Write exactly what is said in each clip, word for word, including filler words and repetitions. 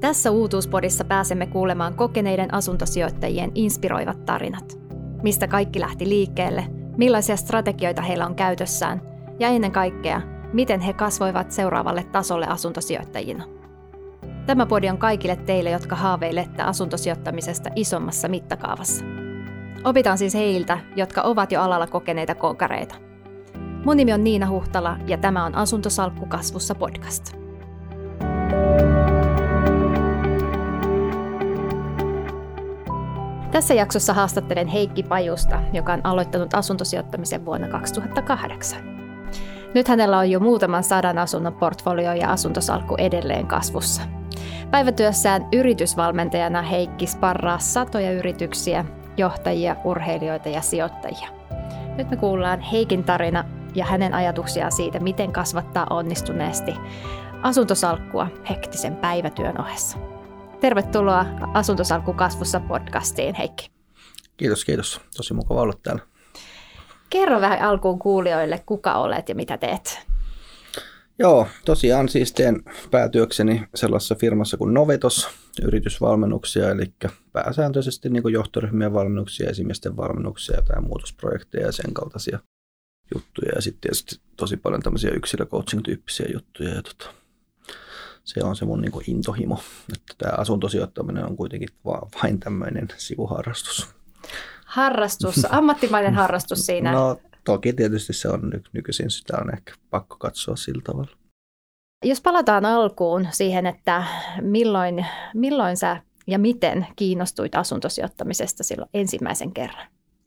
Tässä Uutuuspodissa pääsemme kuulemaan kokeneiden asuntosijoittajien inspiroivat tarinat. Mistä kaikki lähti liikkeelle, millaisia strategioita heillä on käytössään ja ennen kaikkea, miten he kasvoivat seuraavalle tasolle asuntosijoittajina. Tämä podi on kaikille teille, jotka haaveilette asuntosijoittamisesta isommassa mittakaavassa. Opitaan siis heiltä, jotka ovat jo alalla kokeneita konkareita. Mun nimi on Niina Huhtala ja tämä on Asuntosalkku kasvussa podcast. Tässä jaksossa haastattelen Heikki Pajusta, joka on aloittanut asuntosijoittamisen vuonna kaksituhattakahdeksan. Nyt hänellä on jo muutaman sadan asunnon portfolio ja asuntosalkku edelleen kasvussa. Päivätyössään yritysvalmentajana Heikki sparraa satoja yrityksiä, johtajia, urheilijoita ja sijoittajia. Nyt me kuullaan Heikin tarina ja hänen ajatuksiaan siitä, miten kasvattaa onnistuneesti asuntosalkkua hektisen päivätyön ohessa. Tervetuloa Asuntosalkku kasvussa podcastiin, Heikki. Kiitos, kiitos. Tosi mukava olla täällä. Kerro vähän alkuun kuulijoille, kuka olet ja mitä teet. Joo, tosiaan siis teen päätyökseni sellaisessa firmassa kuin Novetos, yritysvalmennuksia, eli pääsääntöisesti niin kuin johtoryhmien valmennuksia, esimiesten valmennuksia, jotain muutosprojekteja ja sen kaltaisia juttuja. Ja sitten tietysti tosi paljon tämmöisiä yksilöcoaching-tyyppisiä juttuja. Ja tota, se on se mun niin kuin intohimo, että tämä asuntosijoittaminen on kuitenkin vain tämmöinen sivuharrastus. Harrastus, ammattimainen harrastus siinä. No toki tietysti se on ny- nykyisin, sitä on ehkä pakko katsoa sillä tavalla. Jos palataan alkuun siihen, että milloin, milloin sä ja miten kiinnostuit asuntosijoittamisesta silloin ensimmäisen kerran?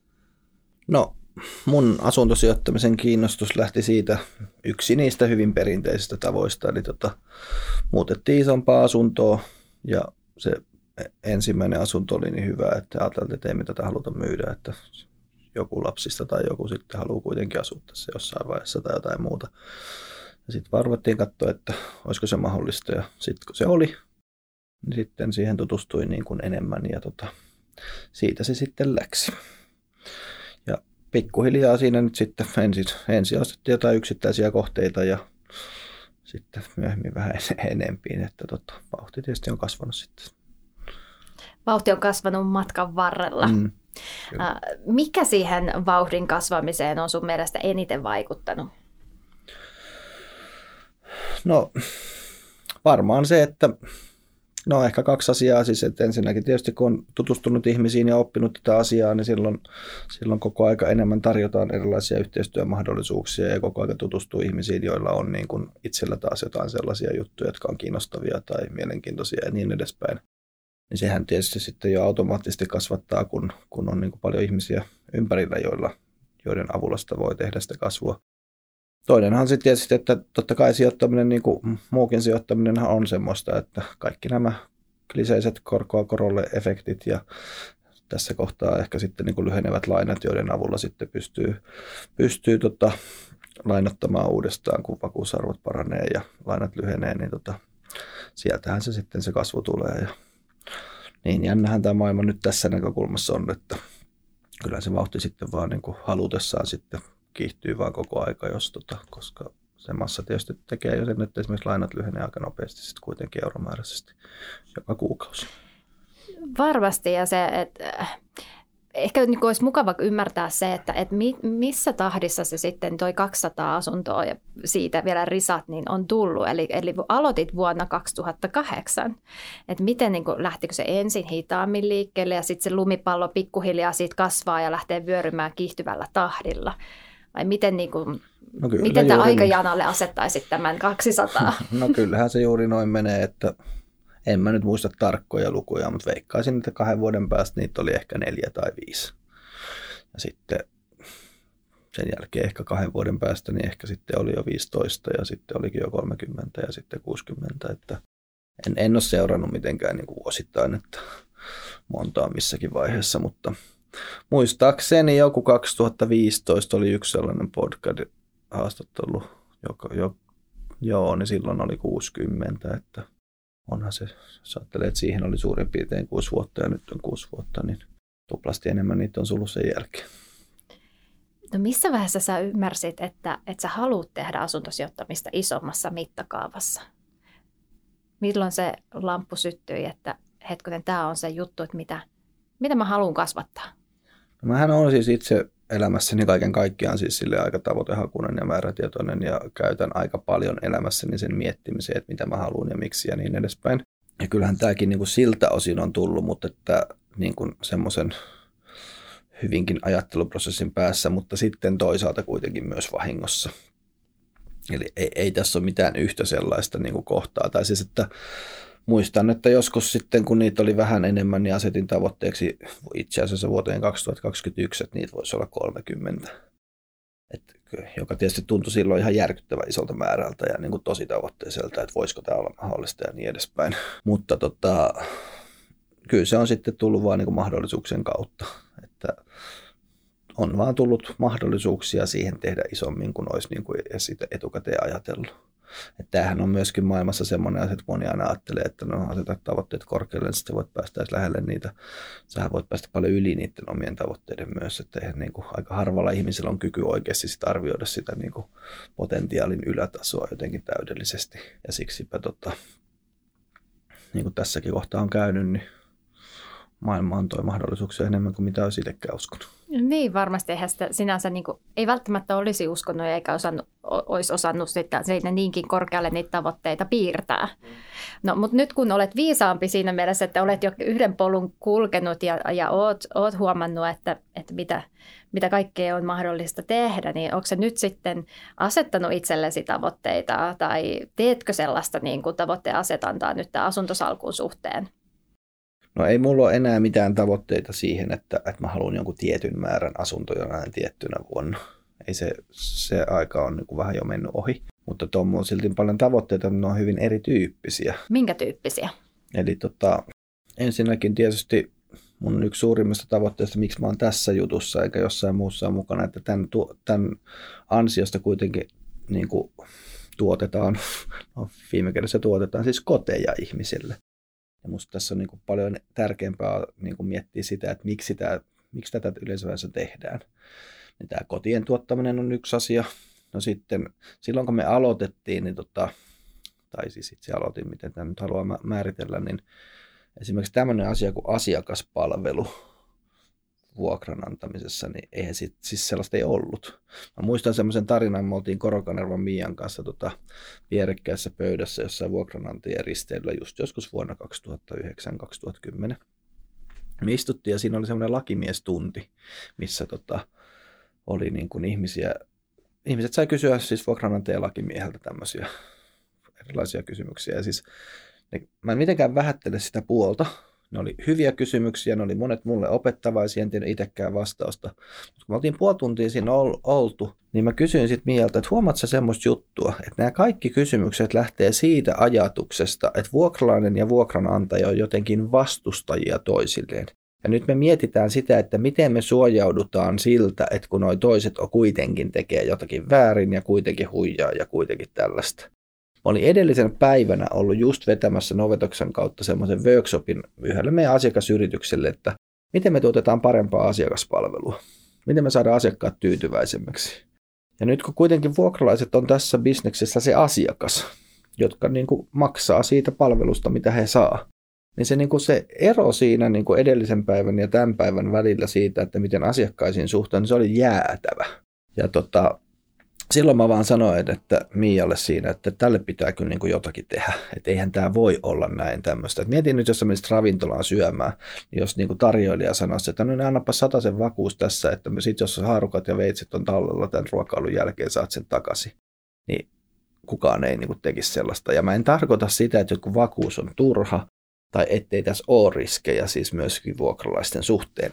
No mun asuntosijoittamisen kiinnostus lähti siitä yksi niistä hyvin perinteisistä tavoista, eli tota, muutettiin isompaa asuntoa ja se ensimmäinen asunto oli niin hyvä, että ajateltiin, että ei me tätä haluta myydä, että joku lapsista tai joku sitten haluaa kuitenkin asua tässä jossain vaiheessa tai jotain muuta. Ja sitten varvattiin katsoa, että olisiko se mahdollista ja sitten kun se oli, niin sitten siihen tutustuin niin kuin enemmän ja tota, siitä se sitten läksi. Ja pikkuhiljaa siinä nyt sitten ensin, ensin ostettiin jotain yksittäisiä kohteita ja sitten myöhemmin vähän enempiin, että tota, vauhti tietysti on kasvanut sitten. Vauhti on kasvanut matkan varrella. Mm, Mikä siihen vauhdin kasvamiseen on sun mielestä eniten vaikuttanut? No varmaan se, että no ehkä kaksi asiaa. Siis, että ensinnäkin tietysti kun on tutustunut ihmisiin ja oppinut tätä asiaa, niin silloin, silloin koko aika enemmän tarjotaan erilaisia yhteistyömahdollisuuksia ja koko aika tutustuu ihmisiin, joilla on niin kuin itsellä taas jotain sellaisia juttuja, jotka on kiinnostavia tai mielenkiintoisia ja niin edespäin. Niin sehän tietysti sitten jo automaattisesti kasvattaa, kun, kun on niin kuin paljon ihmisiä ympärillä, joilla, joiden avulla sitä voi tehdä sitä kasvua. Toinenhan sitten tietysti, että totta kai sijoittaminen, niin kuin muukin sijoittaminen on semmoista, että kaikki nämä kliseiset korkoa korolle efektit ja tässä kohtaa ehkä sitten niin kuin lyhenevät lainat, joiden avulla sitten pystyy, pystyy tota, lainottamaan uudestaan, kun vakuusarvot paranee ja lainat lyhenee, niin tota, sieltähän se sitten se kasvu tulee. Ja niin jännähän tämä maailma nyt tässä näkökulmassa on, että kyllä se vauhti sitten vaan niin kuin halutessaan sitten kiihtyy vaan koko aika, jos tota, koska se massa tietysti tekee jo sen, että esimerkiksi lainat lyhenee aika nopeasti sitten kuitenkin euromääräisesti joka kuukausi. Varmasti ja se, että ehkä niin olisi mukava ymmärtää se, että, että missä tahdissa se sitten toi kaksisataa asuntoa ja siitä vielä risat niin on tullut. Eli, eli aloitit vuonna kaksituhattakahdeksan, että miten niin kuin, lähtikö se ensin hitaammin liikkeelle ja sitten se lumipallo pikkuhiljaa siitä kasvaa ja lähtee vyörymään kiihtyvällä tahdilla. Vai miten, niin kuin, no kyllä, miten tämä aikajanalle asettaisit tämän kaksisataa? No kyllähän se juuri noin menee, että en mä nyt muista tarkkoja lukuja, mutta veikkaisin, että kahden vuoden päästä niitä oli ehkä neljä tai viisi. Ja sitten sen jälkeen ehkä kahden vuoden päästä niin ehkä sitten oli jo viisitoista ja sitten olikin jo kolmekymmentä ja sitten kuusikymmentä. Että en, en ole seurannut mitenkään niin kuin vuosittain, että montaa missäkin vaiheessa, mutta muistaakseni joku kaksituhattaviisitoista oli yksi sellainen podcast-haastattelu, joka jo, joo, niin silloin oli kuusikymmentä, että onhan se, jos ajattelee, että siihen oli suurin piirtein kuusi vuotta ja nyt on kuusi vuotta, niin tuplasti enemmän niitä on tullut sen jälkeen. No missä vaiheessa sä ymmärsit, että, että sä haluat tehdä asuntosijoittamista isommassa mittakaavassa? Milloin se lamppu syttyi, että hetkonen, tämä on se juttu, että mitä, mitä mä haluan kasvattaa? No, mähän olen siis itse elämässäni kaiken kaikkiaan siis sille aika tavoitehakuinen ja määrätietoinen ja käytän aika paljon elämässäni sen miettimiseen, että mitä mä haluan ja miksi ja niin edespäin. Ja kyllähän tämäkin niin kuin siltä osin on tullut, mutta että niin kuin semmoisen hyvinkin ajatteluprosessin päässä, mutta sitten toisaalta kuitenkin myös vahingossa. Eli ei, ei tässä ole mitään yhtä sellaista niin kuin kohtaa. Tai siis, että muistan, että joskus sitten, kun niitä oli vähän enemmän, niin asetin tavoitteeksi itse asiassa vuoteen kaksituhattakaksikymmentäyksi, että niitä voisi olla kolmekymmentä. Et, joka tietysti tuntui silloin ihan järkyttävän isolta määrältä ja niin kuin tosi tavoitteiselta, että voisiko tämä olla mahdollista ja niin edespäin. Mutta tota, kyllä se on sitten tullut vaan niin kuin mahdollisuuksien kautta. Että on vaan tullut mahdollisuuksia siihen tehdä isommin kuin olisi niin kuin etukäteen ajatellut. Että tämähän on myöskin maailmassa semmoinen asia, että moni aina ajattelee, että no asetat tavoitteet korkealle, niin sitten voit päästä edes lähelle niitä. Sähän voit päästä paljon yli niiden omien tavoitteiden myös, että eihän niin kuin aika harvalla ihmisellä on kyky oikeasti sit arvioida sitä niin kuin potentiaalin ylätasoa jotenkin täydellisesti. Ja siksipä tota, niin kuin tässäkin kohtaa on käynyt, niin maailma antoi mahdollisuuksia enemmän kuin mitä olisi itsekään uskonut. Niin, varmasti eihän sitä sinänsä niin kuin, ei välttämättä olisi uskonut eikä osannut, olisi osannut sitä, siinä niinkin korkealle niitä tavoitteita piirtää. No, mutta nyt kun olet viisaampi siinä mielessä, että olet jo yhden polun kulkenut ja, ja oot, oot huomannut, että, että mitä, mitä kaikkea on mahdollista tehdä, niin onko se nyt sitten asettanut itsellesi tavoitteita tai teetkö sellaista niin kuin tavoitteen asetantaa nyt tämän asuntosalkun suhteen? No ei mulla ole enää mitään tavoitteita siihen, että, että mä haluan jonkun tietyn määrän asuntoja näin tiettynä vuonna. Ei se, se aika on niin kuin vähän jo mennyt ohi. Mutta tuon on silti paljon tavoitteita, ne on hyvin erityyppisiä. Minkä tyyppisiä? Eli tota, ensinnäkin tietysti mun yksi suurimmista tavoitteista, miksi mä oon tässä jutussa eikä jossain muussa mukana, että tämän, tämän ansiosta kuitenkin niin kuin tuotetaan, no viime kädessä tuotetaan siis koteja ihmisille. Ja musta tässä on niin kuin paljon tärkeämpää niin kuin miettiä sitä, että miksi, tämä, miksi tätä yleensä tehdään. Ja tämä kotien tuottaminen on yksi asia. No sitten silloin kun me aloitettiin, niin tota, tai siis itse aloitin, miten tämä nyt haluaa määritellä, niin esimerkiksi tämmöinen asia kuin asiakaspalvelu vuokran antamisessa, niin eihän sit, siis sellaista ei ollut. Mä muistan semmoisen tarinan, me oltiin Korokanervan Miian kanssa tota, vierekkäisessä pöydässä jossain vuokranantajien risteilyllä just joskus vuonna kaksituhattayhdeksän kaksituhattakymmenen. Me istuttiin ja siinä oli semmoinen lakimiestunti, missä tota, oli niin kuin ihmisiä, ihmiset sai kysyä siis vuokranantajan lakimieheltä tämmöisiä erilaisia kysymyksiä. Ja siis, ne, mä en mitenkään vähättele sitä puolta. Ne oli hyviä kysymyksiä, ne oli monet mulle opettavaisia, en tiedä itsekään vastausta. Mutta kun me oltiin puoli tuntia siinä oltu, niin mä kysyin sitten Mialta, että huomaat sä semmoista juttua, että nämä kaikki kysymykset lähtee siitä ajatuksesta, että vuokralainen ja vuokranantaja on jotenkin vastustajia toisilleen. Ja nyt me mietitään sitä, että miten me suojaudutaan siltä, että kun noi toiset on kuitenkin tekee jotakin väärin ja kuitenkin huijaa ja kuitenkin tällaista. Mä olin edellisen päivänä ollut just vetämässä Novetoksen kautta semmoisen workshopin yhdelle meidän asiakasyritykselle, että miten me tuotetaan parempaa asiakaspalvelua, miten me saadaan asiakkaat tyytyväisemmäksi. Ja nyt kun kuitenkin vuokralaiset on tässä bisneksessä se asiakas, jotka niin kuin maksaa siitä palvelusta, mitä he saa, niin se, niin kuin se ero siinä niin kuin edellisen päivän ja tämän päivän välillä siitä, että miten asiakkaisiin suhtaan, niin se oli jäätävä. Ja tota, silloin mä vaan sanoin, että Mialle siinä, että tälle pitää kyllä niin kuin jotakin tehdä. Että eihän tämä voi olla näin tämmöistä. Et mietin nyt, jos sä menisit ravintolaan syömään, niin jos niin kuin tarjoilija sanoisi, että no niin annapa sataisen vakuus tässä, että sit jos haarukat ja veitset on tallella tämän ruokailun jälkeen, saat sen takaisin. Niin kukaan ei niin kuin tekisi sellaista. Ja mä en tarkoita sitä, että joku vakuus on turha, tai ettei tässä ole riskejä siis myöskin vuokralaisten suhteen.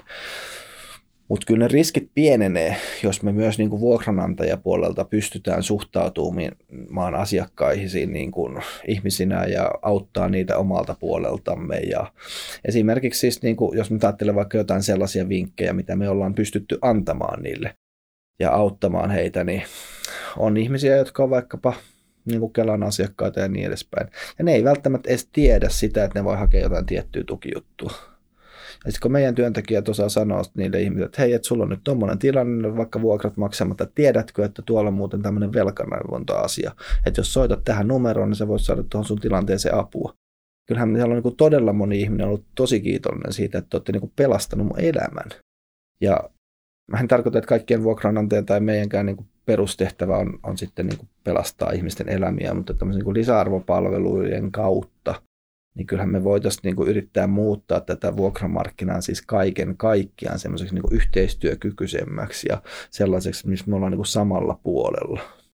Mutta kyllä ne riskit pienenee, jos me myös niin kuin vuokranantajapuolelta pystytään suhtautumaan asiakkaisiin niin kuin ihmisinä ja auttaa niitä omalta puoleltamme. Ja esimerkiksi siis, niin kuin, jos me ajattelen vaikka jotain sellaisia vinkkejä, mitä me ollaan pystytty antamaan niille ja auttamaan heitä, niin on ihmisiä, jotka on vaikkapa niin kuin Kelan asiakkaita ja niin edespäin. Ja ne ei välttämättä edes tiedä sitä, että ne voi hakea jotain tiettyä tukijuttua. Ja sitten kun meidän työntekijät osaa sanoa niille ihmisille, että hei, että sulla on nyt tommoinen tilanne, vaikka vuokrat maksamatta, tiedätkö, että tuolla on muuten tämmöinen velkaneuvonta-asia, että jos soitat tähän numeroon, niin sä voit saada tuohon sun tilanteeseen apua. Kyllähän siellä on niin kuin todella moni ihminen ollut tosi kiitollinen siitä, että olette niin kuin pelastanut mun elämän. Ja mä en tarkoita, että kaikkien vuokranantajien tai meidänkään niin kuin perustehtävä on, on sitten niin kuin pelastaa ihmisten elämiä, mutta tämmöisen niin kuin lisäarvopalvelujen kautta, niin kyllähän me voitaisiin niin kuin yrittää muuttaa tätä vuokramarkkinaa siis kaiken kaikkiaan semmoiseksi niin kuin yhteistyökykyisemmäksi ja sellaiseksi, missä me ollaan niin kuin samalla puolella.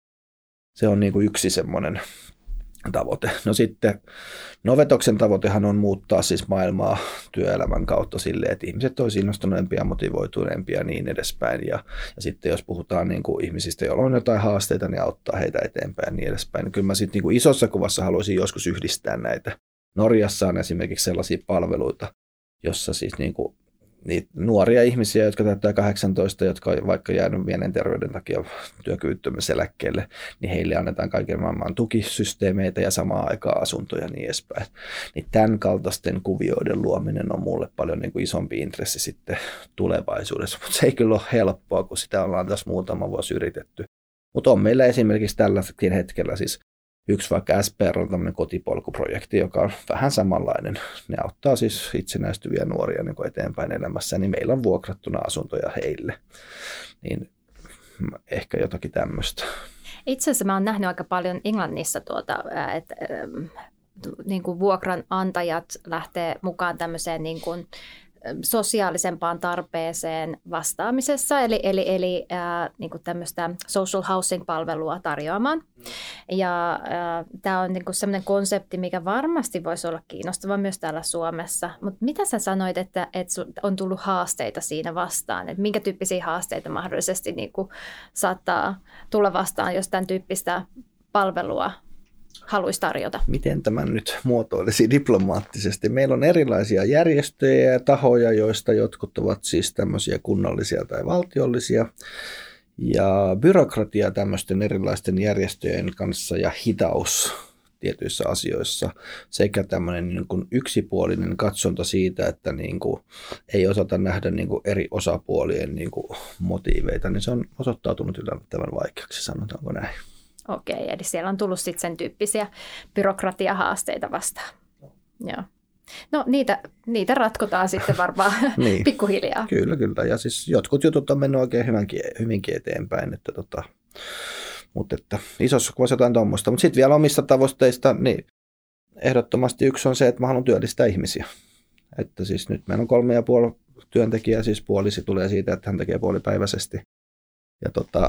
Se on niin kuin yksi semmoinen tavoite. No sitten Novetoksen tavoitehan on muuttaa siis maailmaa työelämän kautta silleen, että ihmiset olisivat innostuneempia, motivoituneempia ja niin edespäin. Ja, ja sitten jos puhutaan niin kuin ihmisistä, joilla on jotain haasteita, niin auttaa heitä eteenpäin ja niin edespäin. Niin kyllä mä sitten niin kuin isossa kuvassa haluaisin joskus yhdistää näitä. Norjassa on esimerkiksi sellaisia palveluita, jossa siis niin kuin niitä nuoria ihmisiä, jotka täyttää kahdeksantoista, jotka on vaikka jäänyt mielenterveyden takia työkyvyttömyyseläkkeelle, niin heille annetaan kaiken maailman tukisysteemeitä ja samaan aikaan asuntoja ja niin edespäin. Niin tämän kaltaisten kuvioiden luominen on mulle paljon niin kuin isompi intressi sitten tulevaisuudessa, mutta se ei kyllä ole helppoa, kun sitä ollaan tässä muutama vuosi yritetty. Mutta on meillä esimerkiksi tälläkin hetkellä siis yksi vaikka S P R on tämmöinen kotipolkuprojekti, joka on vähän samanlainen. Ne auttaa siis itsenäistyviä nuoria niin kuin eteenpäin elämässä, niin meillä on vuokrattuna asuntoja heille. Niin ehkä jotakin tämmöistä. Itse asiassa mä oon nähnyt aika paljon Englannissa, tuota, että niin kuin vuokranantajat lähtee mukaan tämmöiseen niin kuin sosiaalisempaan tarpeeseen vastaamisessa, eli, eli, eli ää, niin kuin tämmöistä social housing-palvelua tarjoamaan. Ja tämä on niin kuin sellainen konsepti, mikä varmasti voisi olla kiinnostava myös täällä Suomessa. Mutta mitä sä sanoit, että, että on tullut haasteita siinä vastaan? Et minkä tyyppisiä haasteita mahdollisesti niin kuin saattaa tulla vastaan, jos tämän tyyppistä palvelua haluaisi tarjota? Miten tämän nyt muotoilisi diplomaattisesti? Meillä on erilaisia järjestöjä ja tahoja, joista jotkut ovat siis tämmöisiä kunnallisia tai valtiollisia. Ja byrokratia tämmöisten erilaisten järjestöjen kanssa ja hitaus tietyissä asioissa sekä tämmöinen niin kuin yksipuolinen katsonta siitä, että niin kuin ei osata nähdä niin kuin eri osapuolien niin kuin motiiveita, niin se on osoittautunut yllättävän vaikeaksi, sanotaanko näin. Okei, eli siellä on tullut sitten sen tyyppisiä byrokratiahaasteita vastaan. Joo. No niitä, niitä ratkotaan sitten varmaan niin. Pikkuhiljaa. Kyllä, kyllä. Ja siis jotkut jutut on mennyt oikein hyvänkin, hyvinkin eteenpäin. Että tota, mutta että isossa kuvassa jotain tuommoista. Mutta sitten vielä omista tavoitteista, niin ehdottomasti yksi on se, että mä haluan työllistää ihmisiä. Että siis nyt meillä on kolme ja puoli työntekijää, siis puolisi tulee siitä, että hän tekee puolipäiväisesti. Ja tota...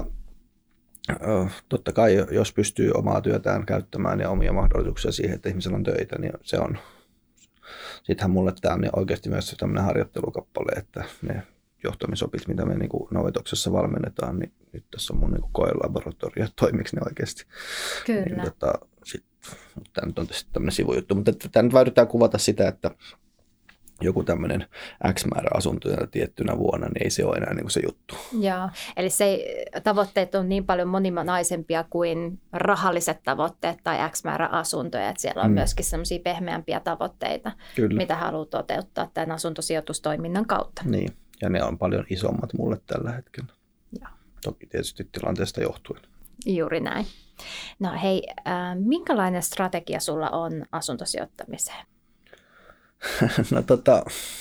Totta kai, jos pystyy omaa työtään käyttämään ja omia mahdollisuuksia siihen, että ihmisellä on töitä, niin se on. Sittenhän mulle tämä on oikeasti myös tämmöinen harjoittelukappale, että ne johtamisopit, mitä me niin kuin Novetoksessa valmennetaan, niin nyt tässä on mun niin kuin koelaboratorio, että toimiksi ne oikeasti. Kyllä. Niin, tota, sit, tämä nyt on tietysti tämmöinen sivujuttu, mutta tämä nyt yritetään kuvata sitä, että joku tämmöinen X määrä asuntoja tiettynä vuonna, niin ei se ole enää niin kuin se juttu. Joo, eli se, tavoitteet on niin paljon moninaisempia kuin rahalliset tavoitteet tai X määrä asuntoja, että siellä on mm. myöskin semmoisia pehmeämpiä tavoitteita, Kyllä. mitä haluaa toteuttaa tämän asuntosijoitustoiminnan kautta. Niin, ja ne on paljon isommat mulle tällä hetkellä. Joo. Toki tietysti tilanteesta johtuen. Juuri näin. No hei, äh, minkälainen strategia sulla on asuntosijoittamiseen? No tota,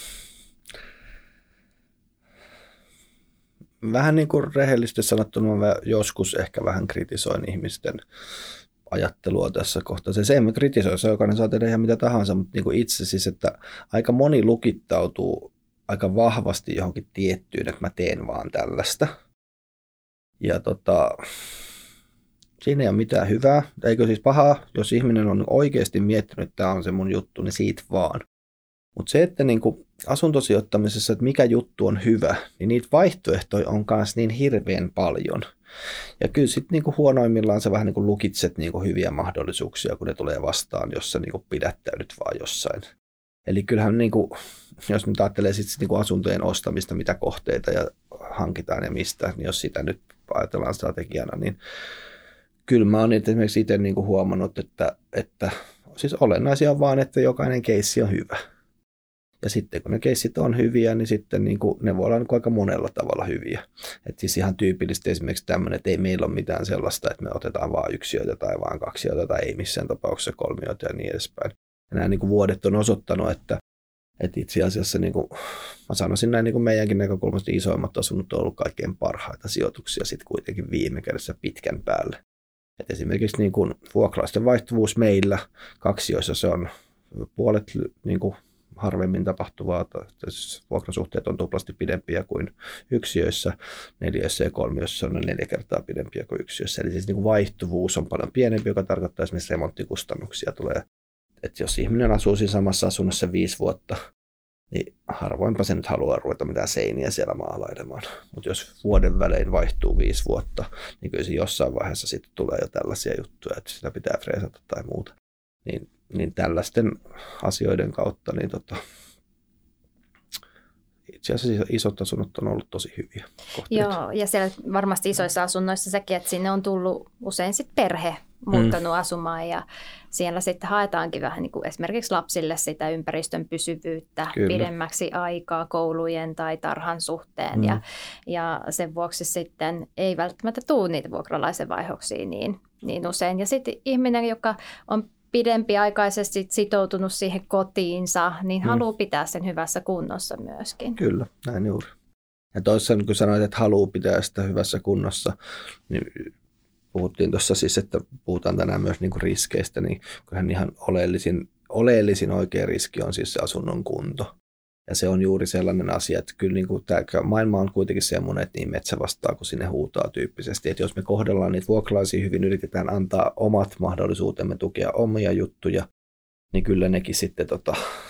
vähän niin kuin rehellisesti sanottuna mä joskus ehkä vähän kritisoin ihmisten ajattelua tässä kohtaa. Se, se emme kritisoi, se jokainen saa tehdä ihan mitä tahansa, mutta niin kuin itse siis, että aika moni lukittautuu aika vahvasti johonkin tiettyyn, että mä teen vaan tällaista. Ja tota, siinä ei ole mitään hyvää, eikö siis pahaa, jos ihminen on oikeasti miettinyt, että tämä on se mun juttu, niin siitä vaan. Mutta se, että niinku asuntosijoittamisessa, että mikä juttu on hyvä, niin niitä vaihtoehtoja on myös niin hirveän paljon. Ja kyllä sitten niinku huonoimmillaan sä vähän niinku lukitset niinku hyviä mahdollisuuksia, kun ne tulee vastaan, jos sä niinku pidättäydyt vaan jossain. Eli kyllähän, niinku, jos nyt ajattelee sit niinku asuntojen ostamista, mitä kohteita ja hankitaan ja mistä, niin jos sitä nyt ajatellaan strategiana, niin kyllä mä oon esimerkiksi itse niinku huomannut, että, että siis olennaisia on vaan, että jokainen keissi on hyvä. Ja sitten kun ne keissit on hyviä, niin sitten niin kuin, ne voi olla niin kuin aika monella tavalla hyviä. Että siis ihan tyypillisesti esimerkiksi tämmöinen, että ei meillä ole mitään sellaista, että me otetaan vain yksiöitä tai vain kaksioita tai ei missään tapauksessa kolmioita ja niin edespäin. Ja nämä niin kuin vuodet on osoittanut, että, että itse asiassa niin kuin, mä sanoisin näin niin kuin meidänkin näkökulmasta isoimmat asunnot on ollut kaikkein parhaita sijoituksia sitten kuitenkin viime kädessä pitkän päälle. Et esimerkiksi niin kuin vuokralaisten vaihtuvuus meillä kaksioissa se on puolet niin kuin harvemmin tapahtuvaa. Vuokrasuhteet on tuplasti pidempiä kuin yksiöissä, neliöissä ja kolmioissa on neljä kertaa pidempiä kuin yksiöissä. Eli siis niin kuin vaihtuvuus on paljon pienempi, joka tarkoittaa esimerkiksi remonttikustannuksia tulee. Että jos ihminen asuu siinä samassa asunnossa viisi vuotta, niin harvoinpa se nyt haluaa ruveta mitään seiniä siellä maalailemaan. Mutta jos vuoden välein vaihtuu viisi vuotta, niin kyllä se jossain vaiheessa sitten tulee jo tällaisia juttuja, että sitä pitää freesata tai muuta. Niin, niin tällaisten asioiden kautta niin tota, itse asiassa isot asunnot on ollut tosi hyviä kohteita. Joo, ja siellä varmasti isoissa asunnoissa sekin, että sinne on tullut usein sitten perhe muuttanut mm. asumaan ja siellä sitten haetaankin vähän niin kuin esimerkiksi lapsille sitä ympäristön pysyvyyttä Kyllä. pidemmäksi aikaa koulujen tai tarhan suhteen mm. ja, ja sen vuoksi sitten ei välttämättä tule niitä vuokralaisen vaihoksia niin, niin usein. Ja sitten ihminen, joka on pidempiaikaisesti sitoutunut siihen kotiinsa, niin mm. haluaa pitää sen hyvässä kunnossa myöskin. Kyllä, näin juuri. Ja toisaalta kun sanoit, että haluaa pitää sitä hyvässä kunnossa, niin puhuttiin tuossa siis, että puhutaan tänään myös niinku riskeistä, niin kyllähän ihan oleellisin, oleellisin oikea riski on siis se asunnon kunto. Ja se on juuri sellainen asia, että kyllä niin kuin tämä maailma on kuitenkin semmoinen, että niin metsä vastaa, kun sinne huutaa tyyppisesti. Että jos me kohdellaan niitä vuokralaisia hyvin, yritetään antaa omat mahdollisuutemme tukea omia juttuja, niin kyllä nekin sitten tota,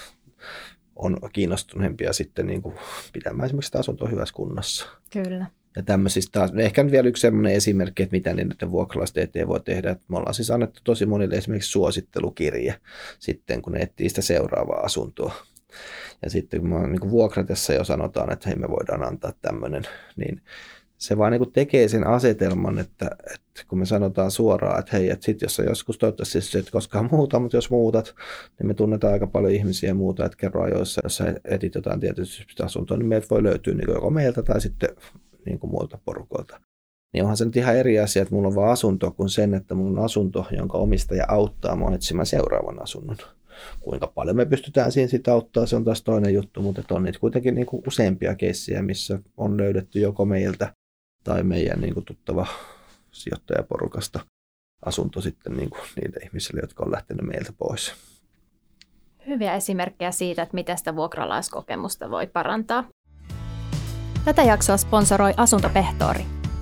on kiinnostuneempia sitten niin kuin pitämään esimerkiksi sitä asuntoa hyvässä kunnossa. Kyllä. Ja tämmöisistä taas, ehkä nyt vielä yksi semmoinen esimerkki, että mitä niiden vuokralaisten eteen voi tehdä. Että me ollaan siis annettu tosi monille esimerkiksi suosittelukirje sitten, kun ne etsii sitä seuraavaa asuntoa. Ja sitten kun me niin vuokratessa jo sanotaan, että hei me voidaan antaa tämmöinen, niin se vaan niin tekee sen asetelman, että, että kun me sanotaan suoraan, että hei, että sit jos sä joskus toivottavasti siis et koskaan muuta, mutta jos muutat, niin me tunnetaan aika paljon ihmisiä ja muuta, että kerro ajoissa, jos sä etit jotain tietysti asuntoa, niin meiltä voi löytyä niin joko meiltä tai sitten niin kuin muilta porukoilta. Niin onhan se nyt ihan eri asia, että mulla on vaan asunto kuin sen, että mulla on asunto, jonka omistaja auttaa mua etsimään seuraavan asunnon. Kuinka paljon me pystytään siinä sitä auttaa, se on taas toinen juttu, mutta on niitä kuitenkin niin kuin useampia keissiä, missä on löydetty joko meiltä tai meidän niin kuin tuttava sijoittajaporukasta asunto sitten niin kuin niille ihmisille, jotka on lähtenyt meiltä pois. Hyviä esimerkkejä siitä, että miten sitä vuokralaiskokemusta voi parantaa. Tätä jaksoa sponsoroi Asuntopehtori.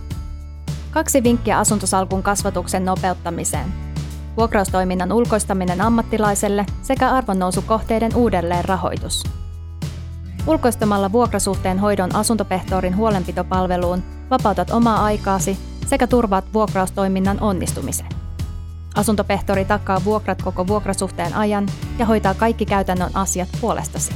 Kaksi vinkkiä asuntosalkun kasvatuksen nopeuttamiseen. Vuokraustoiminnan ulkoistaminen ammattilaiselle sekä arvonnousukohteiden uudelleen rahoitus. Ulkoistamalla vuokrasuhteen hoidon Asuntopehtorin huolenpitopalveluun vapautat omaa aikaasi sekä turvaat vuokraustoiminnan onnistumisen. Asuntopehtori takaa vuokrat koko vuokrasuhteen ajan ja hoitaa kaikki käytännön asiat puolestasi.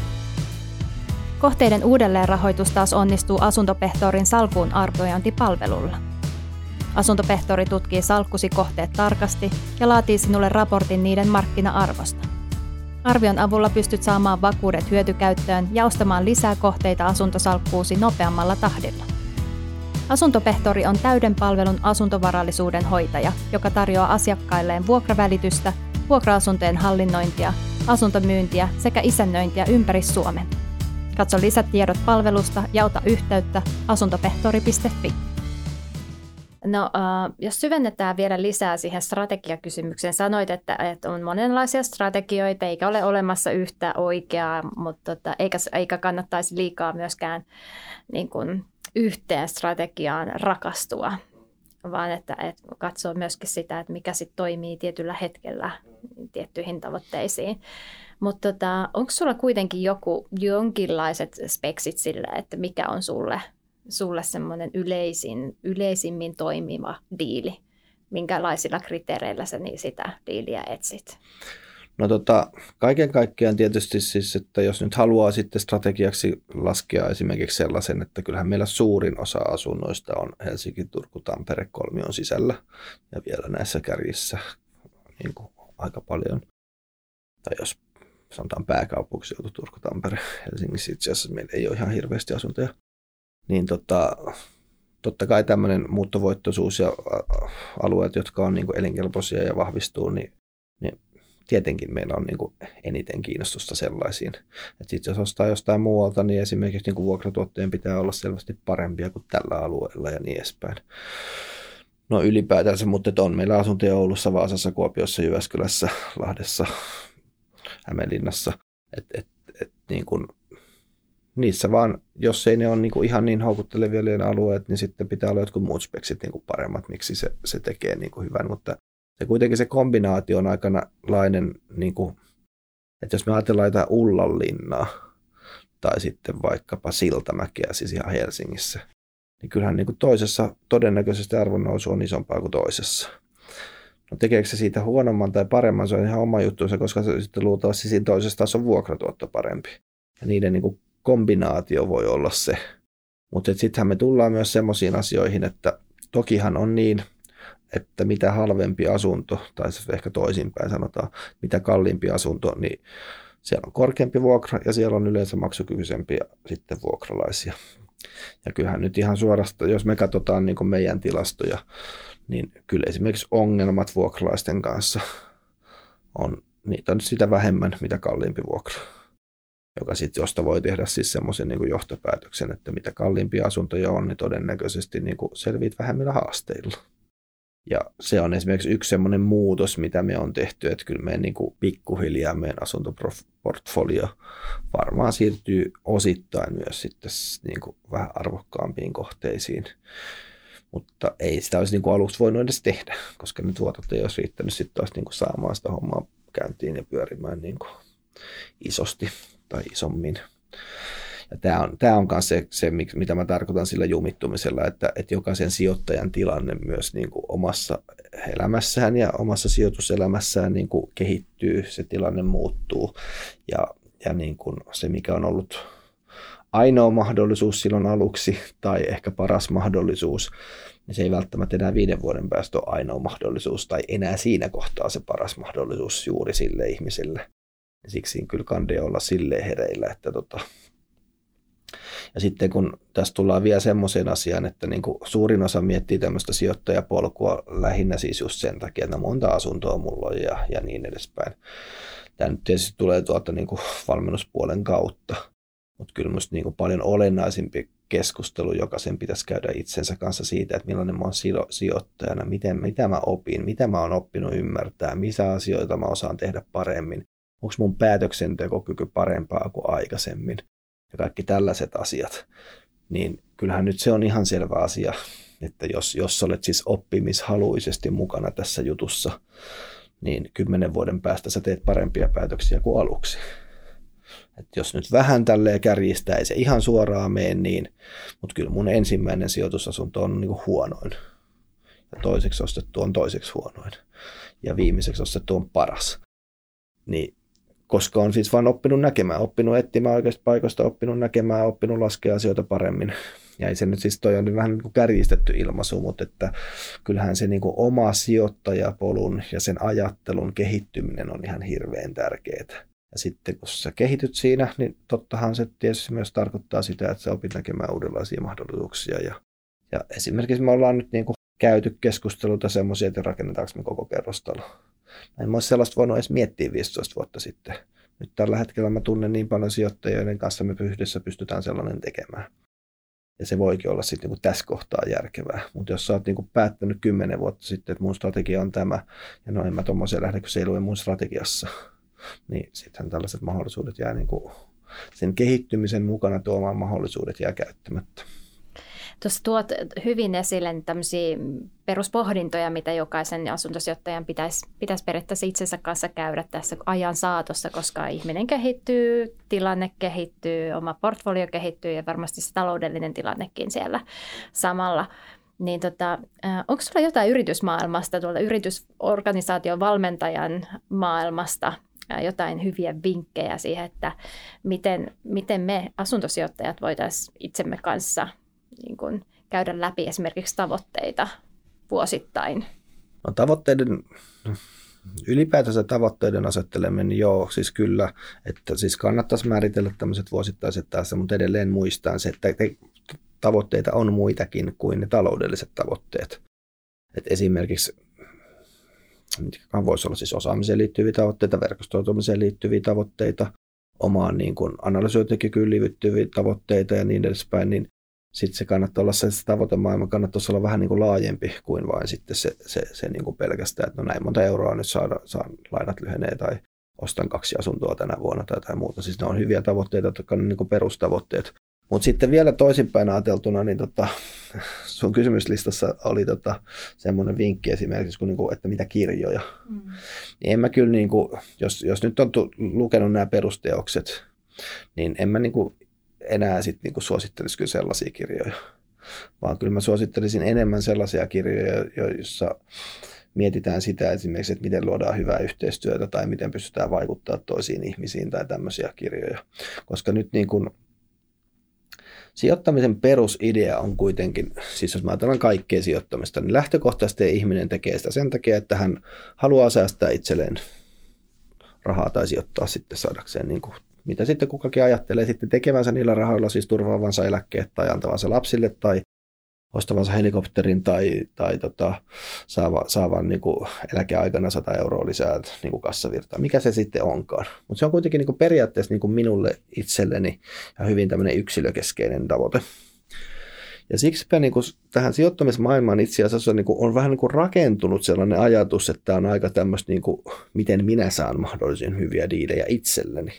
Kohteiden uudelleenrahoitus taas onnistuu Asuntopehtorin salkuun arviointipalvelulla. Asuntopehtori tutkii salkkusi kohteet tarkasti ja laatii sinulle raportin niiden markkina-arvosta. Arvion avulla pystyt saamaan vakuudet hyötykäyttöön ja ostamaan lisää kohteita asuntosalkkuusi nopeammalla tahdilla. Asuntopehtori on täyden palvelun asuntovarallisuuden hoitaja, joka tarjoaa asiakkailleen vuokravälitystä, vuokra-asuntojen hallinnointia, asuntomyyntiä sekä isännöintiä ympäri Suomen. Katso lisätiedot palvelusta ja ota yhteyttä asuntopehtori piste fi. No, äh, jos syvennetään vielä lisää siihen strategiakysymykseen, sanoit, että, että on monenlaisia strategioita, eikä ole olemassa yhtä oikeaa, mutta tota, eikä, eikä kannattaisi liikaa myöskään niin kuin, yhteen strategiaan rakastua, vaan että, että katsoo myöskin sitä, että mikä sitten toimii tietyllä hetkellä tiettyihin tavoitteisiin. Mutta tota, onko sulla kuitenkin joku, jonkinlaiset speksit sille, että mikä on sulle sulle semmoinen yleisin, yleisimmin toimiva diili? Minkälaisilla kriteereillä sä niin sitä diiliä etsit? No tota, kaiken kaikkiaan tietysti siis, että jos nyt haluaa sitten strategiaksi laskea esimerkiksi sellaisen, että kyllähän meillä suurin osa asunnoista on Helsinki, Turku, Tampere kolmion sisällä ja vielä näissä kärjissä niin kuin aika paljon. Tai jos sanotaan pääkaupunkiseutu, Turku, Tampere, Helsingissä itse asiassa meillä ei ole ihan hirveästi asuntoja. Niin tota, totta kai tämmöinen muuttovoittoisuus ja alueet, jotka on niin kuin elinkelpoisia ja vahvistuu, niin, niin tietenkin meillä on niin kuin eniten kiinnostusta sellaisiin. Että sitten jos ostaa jostain muualta, niin esimerkiksi niin kuin vuokratuotteen pitää olla selvästi parempia kuin tällä alueella ja niin edespäin. No ylipäätänsä, mutta on meillä asuntoja Oulussa, Vaasassa, Kuopiossa, Jyväskylässä, Lahdessa, Hämeenlinnassa. Et, et, et, niin kun, niissä vaan, jos ei ne ole niin kuin ihan niin houkuttelevia ne alueet, niin sitten pitää olla jotkut muut speksit niin kuin paremmat, miksi se, se tekee niin kuin hyvän. Mutta se kuitenkin se kombinaatio on aikanainen, niin kuin, että jos me ajatellaan jotain Ullanlinnaa tai sitten vaikkapa Siltamäkeä, siis ihan Helsingissä, niin kyllähän niin kuin toisessa todennäköisesti arvonnousu on isompaa kuin toisessa. No tekeekö se siitä huonomman tai paremman, se on ihan oma juttuunsa, koska se sitten luultavasti siinä toisessa taas on vuokratuotto parempi. Ja niiden niin kuin kombinaatio voi olla se. Mutta sittenhän me tullaan myös semmoisiin asioihin, että tokihan on niin, että mitä halvempi asunto, tai ehkä toisinpäin sanotaan, mitä kalliimpi asunto, niin siellä on korkeampi vuokra ja siellä on yleensä maksukykyisempiä sitten vuokralaisia. Ja kyllähän nyt ihan suorasta, jos me katsotaan niin kuin meidän tilastoja, niin kyllä esimerkiksi ongelmat vuokralaisten kanssa on, niitä on sitä vähemmän, mitä kalliimpi vuokra. Joka sitten, josta voi tehdä siis semmoisen niin kuin johtopäätöksen, että mitä kalliimpia asuntoja on, niin todennäköisesti niin kuin selviät vähemmillä haasteilla. Ja se on esimerkiksi yksi semmoinen muutos, mitä me on tehty, että kyllä meidän niin kuin pikkuhiljaa meidän asuntoportfolio varmaan siirtyy osittain myös sitten niin kuin vähän arvokkaampiin kohteisiin. Mutta ei sitä olisi niin kuin aluksi voinut edes tehdä, koska ne tuotot ei olisi riittänyt sitten taas niin kuin saamaan sitä hommaa käyntiin ja pyörimään niin kuin isosti tai isommin. Ja tämä on, tämä on myös se, se, mitä mä tarkoitan sillä jumittumisella, että, että jokaisen sijoittajan tilanne myös niin kuin omassa elämässään ja omassa sijoituselämässään niin kuin kehittyy, se tilanne muuttuu. Ja, ja niin kuin se, mikä on ollut ainoa mahdollisuus silloin aluksi tai ehkä paras mahdollisuus, niin se ei välttämättä enää viiden vuoden päästä ole ainoa mahdollisuus tai enää siinä kohtaa se paras mahdollisuus juuri sille ihmiselle. Ja siksi kyllä kannattaa olla silleen hereillä, että tota, ja sitten kun tässä tullaan vielä semmoiseen asiaan, että niin kuin suurin osa miettii tämmöistä sijoittajapolkua lähinnä siis just sen takia, että monta asuntoa mulla on ja, ja niin edespäin. Tämä nyt tietysti tulee tuolta niin kuin valmennuspuolen kautta, mutta kyllä minusta niin kuin paljon olennaisempi keskustelu, joka sen pitäisi käydä itsensä kanssa siitä, että millainen mä oon sijoittajana, miten, mitä mä opin, mitä mä oon oppinut ymmärtää, mitä asioita mä osaan tehdä paremmin, onko mun päätöksentekokyky parempaa kuin aikaisemmin. Ja kaikki tällaiset asiat, niin kyllähän nyt se on ihan selvä asia, että jos, jos olet siis oppimishaluisesti mukana tässä jutussa, niin kymmenen vuoden päästä sä teet parempia päätöksiä kuin aluksi. Et jos nyt vähän tälleen kärjistää, ei se ihan suoraan mene niin, mutta kyllä mun ensimmäinen sijoitusasunto on niin kuin huonoin. Ja toiseksi ostettu on toiseksi huonoin. Ja viimeiseksi ostettu on paras. Niin koska on siis vaan oppinut näkemään, oppinut etsimään oikeasta paikoista, oppinut näkemään, oppinut laskea asioita paremmin. Ja ei se nyt siis toi on vähän niin kuin kärjistetty ilmaisu, mutta että kyllähän se niin kuin oma sijoittajapolun ja sen ajattelun kehittyminen on ihan hirveän tärkeää. Ja sitten kun sä kehityt siinä, niin tottahan se tietysti myös tarkoittaa sitä, että sä opit näkemään uudenlaisia mahdollisuuksia. Ja, ja esimerkiksi me ollaan nyt niin kuin käyty keskusteluta semmoisia, että rakennetaanko me koko kerrostalo. En olisi sellaista voinut edes miettiä viisitoista vuotta sitten. Nyt tällä hetkellä mä tunnen niin paljon sijoittajia, joiden kanssa me yhdessä pystytään sellainen tekemään. Ja se voikin olla sitten niin tässä kohtaa järkevää. Mutta jos sä oot niin päättänyt kymmenen vuotta sitten, että mun strategia on tämä, ja no en mä tommoseen lähde, kun se ei lue mun strategiassa, niin sittenhän tällaiset mahdollisuudet jää niin kuin sen kehittymisen mukana tuomaan mahdollisuudet jää käyttämättä. Tuossa tuot hyvin esille tämmöisiä peruspohdintoja, mitä jokaisen asuntosijoittajan pitäisi, pitäisi periaatteessa itsensä kanssa käydä tässä ajan saatossa, koska ihminen kehittyy, tilanne kehittyy, oma portfolio kehittyy ja varmasti se taloudellinen tilannekin siellä samalla. Niin tota, onko sulla jotain yritysmaailmasta, tuolta yritysorganisaation valmentajan maailmasta, jotain hyviä vinkkejä siihen, että miten, miten me asuntosijoittajat voitaisiin itsemme kanssa niin kuin käydä läpi esimerkiksi tavoitteita vuosittain? No, tavoitteiden ylipäätänsä tavoitteiden asetteleminen, niin joo, siis kyllä, että siis kannattaisi määritellä tämmöiset vuosittaiset tässä, mutta edelleen muistaa se, että tavoitteita on muitakin kuin ne taloudelliset tavoitteet. Et esimerkiksi mitkä voisi olla siis osaamiseen liittyviä tavoitteita, verkostoitumiseen liittyviä tavoitteita, omaan niin kuin analysointikykyyn liittyviä tavoitteita ja niin edespäin, niin sitten se kannattaa olla se tavoitemaailma, kannattaisi olla vähän niin kuin laajempi kuin vain sitten se, se, se niin kuin pelkästään, että no näin monta euroa nyt saada, saan lainat lyhenee tai ostan kaksi asuntoa tänä vuonna tai jotain muuta. Siis ne on hyviä tavoitteita, jotka on niin kuin perustavoitteet. Mutta sitten vielä toisinpäin ajateltuna, niin tota, sun kysymyslistassa oli tota, semmoinen vinkki esimerkiksi, kun, niin kuin, että mitä kirjoja. Mm. Niin en mä kyllä, niin kuin, jos, jos nyt on tu- lukenut nämä perusteokset, niin en mä niin kuin, enää sit, niin kuin, suosittelisi kyllä sellaisia kirjoja. Vaan kyllä mä suosittelisin enemmän sellaisia kirjoja, joissa mietitään sitä esimerkiksi, että miten luodaan hyvää yhteistyötä tai miten pystytään vaikuttamaan toisiin ihmisiin tai tämmöisiä kirjoja. Koska nyt niin kuin, sijoittamisen perusidea on kuitenkin, siis jos mä ajatellaan kaikkea sijoittamista, niin lähtökohtaisesti ihminen tekee sitä sen takia, että hän haluaa säästää itselleen rahaa tai sijoittaa sitten saadakseen, niin kuin, mitä sitten kukakin ajattelee sitten tekevänsä niillä rahoilla, siis turvaavansa eläkkeet tai antavansa lapsille tai ostavansa helikopterin tai, tai tota, saava, saavan niin kuin eläkeaikana sata euroa lisää niin kuin kassavirtaa. Mikä se sitten onkaan. Mutta se on kuitenkin niin kuin periaatteessa niin kuin minulle itselleni ja hyvin tämmöinen yksilökeskeinen tavoite. Ja siksipä niin kuin tähän sijoittamismaailmaan itse asiassa niin kuin on vähän niin kuin rakentunut sellainen ajatus, että on aika tämmöistä, niin kuin, miten minä saan mahdollisen hyviä diilejä itselleni.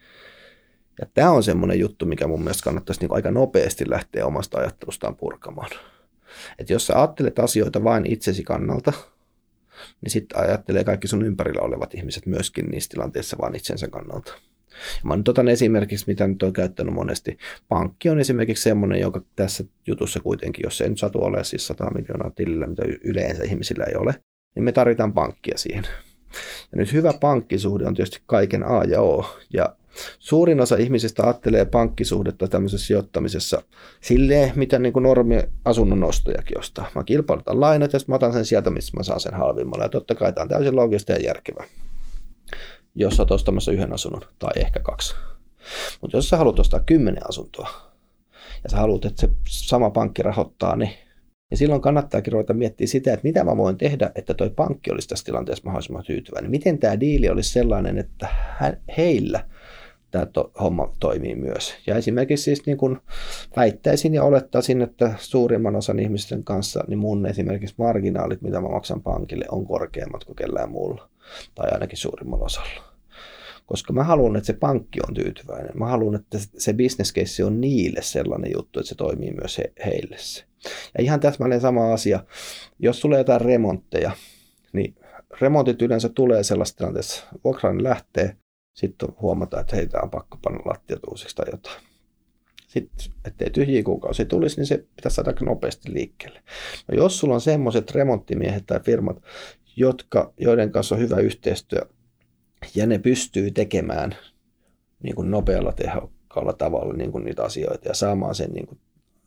Ja tämä on semmoinen juttu, mikä mun mielestä kannattaisi niin kuin aika nopeasti lähteä omasta ajattelustaan purkamaan. Että jos sä ajattelet asioita vain itsesi kannalta, niin sitten ajattelee kaikki sun ympärillä olevat ihmiset myöskin niissä tilanteissa vain itsensä kannalta. Ja mä nyt otan esimerkiksi, mitä nyt olen käyttänyt monesti. Pankki on esimerkiksi semmoinen, joka tässä jutussa kuitenkin, jos ei nyt satu ole siis sata miljoonaa tilillä, mitä yleensä ihmisillä ei ole, niin me tarvitaan pankkia siihen. Ja nyt hyvä pankkisuhde on tietysti kaiken A ja O. Ja suurin osa ihmisistä ajattelee pankkisuhdetta tämmöisessä sijoittamisessa silleen, mitä niin kuin normi asunnon ostajakin ostaa. Mä kilpailutan lainat ja mä otan sen sieltä, missä mä saan sen halvimmalla. Ja totta kai tämä on täysin loogista ja järkevää, jos sä oot ostamassa yhden asunnon tai ehkä kaksi. Mutta jos sä haluat ostaa kymmenen asuntoa ja sä haluat, että se sama pankki rahoittaa, niin ja silloin kannattaakin ruveta miettimään sitä, että mitä mä voin tehdä, että toi pankki olisi tässä tilanteessa mahdollisimman tyytyväinen. Miten tämä diili olisi sellainen, että heillä tämä to- homma toimii myös. Ja esimerkiksi siis niin kuin väittäisin ja olettaisin, että suurimman osan ihmisten kanssa niin mun esimerkiksi marginaalit, mitä mä maksan pankille, on korkeammat kuin kellään muulla. Tai ainakin suurimmalla osalla. Koska mä haluan, että se pankki on tyytyväinen. Mä haluan, että se business case on niille sellainen juttu, että se toimii myös he, heille se. Ja ihan täsmälleen sama asia. Jos tulee jotain remontteja, niin remontit yleensä tulee sellaisessa tilanteessa, vuokrainen lähtee, sitten huomataan, että heitä on pakko panna lattiat uusiksi tai jotain. Sitten, ettei tyhjiä kuukausia tulisi, niin se pitäisi saada nopeasti liikkeelle. No jos sulla on semmoiset remonttimiehet tai firmat, jotka, joiden kanssa on hyvä yhteistyö, ja ne pystyy tekemään niin kuin nopealla, tehokkaalla tavalla niin kuin niitä asioita ja saamaan sen, niin, kuin,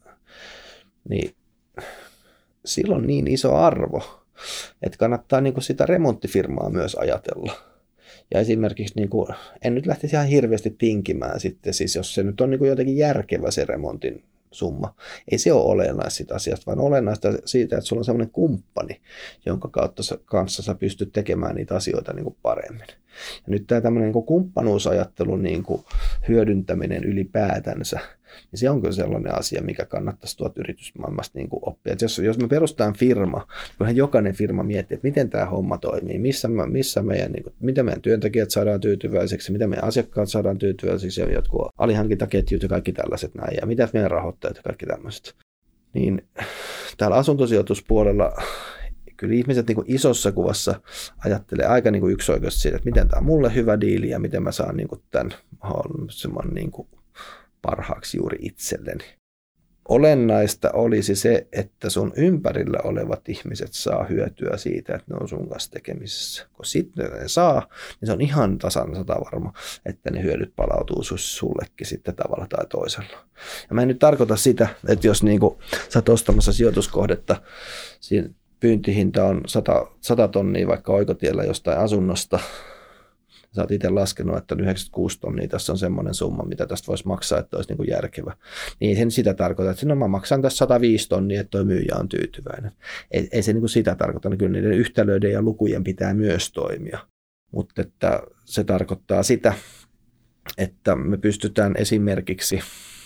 niin silloin niin iso arvo, että kannattaa niin kuin sitä remonttifirmaa myös ajatella. Ja esimerkiksi niin kuin, en nyt lähtisi ihan hirveästi tinkimään sitten, siis jos se nyt on niin kuin jotenkin järkevä se remontin summa. Ei se ole olennaista siitä asiasta, vaan olennaista siitä, että sulla on sellainen kumppani, jonka kautta sä, kanssa sä pystyt tekemään niitä asioita niin kuin paremmin. Ja nyt tämä tämmöinen niin kuin kumppanuusajattelun niin kuin hyödyntäminen ylipäätänsä, niin se on kyllä sellainen asia, mikä kannattaisi tuolta yritysmaailmasta niin kuin oppia. Että jos, jos me perustetaan firma, kyllähän jokainen firma miettii, että miten tämä homma toimii, missä, missä meidän, niin kuin, miten meidän työntekijät saadaan tyytyväiseksi, miten meidän asiakkaat saadaan tyytyväiseksi ja jotkut alihankintaketjut ja kaikki tällaiset näin, ja mitä meidän rahoittajat ja kaikki tämmöiset. Niin täällä asuntosijoituspuolella kyllä ihmiset niin kuin isossa kuvassa ajattelee aika niin kuin yksioikoisesti siitä, että miten tämä on mulle hyvä diili ja miten mä saan niin kuin tämän mahdollisimman niin kuin parhaaksi juuri itselleni. Olennaista olisi se, että sun ympärillä olevat ihmiset saa hyötyä siitä, että ne on sun kanssa tekemisissä. Kun sitten ne saa, niin se on ihan tasan satavarma, että ne hyödyt palautuu sullekin sitten tavalla tai toisella. Ja mä en nyt tarkoita sitä, että jos niinku sä oot ostamassa sijoituskohdetta pyyntihinta on sata tonnia vaikka oikotiellä jostain asunnosta. Sä oot itse laskenut, että yhdeksänkymmentäkuusi tonnia tässä on semmoinen summa, mitä tästä voisi maksaa, että olisi niin kuin järkevä. Niin sen sitä tarkoita, että no mä maksan tässä sata viisi tonnia, että toi myyjä on tyytyväinen. Ei, ei se niin kuin sitä tarkoita, kyllä niiden yhtälöiden ja lukujen pitää myös toimia. Mutta että se tarkoittaa sitä, että me pystytään esimerkiksi,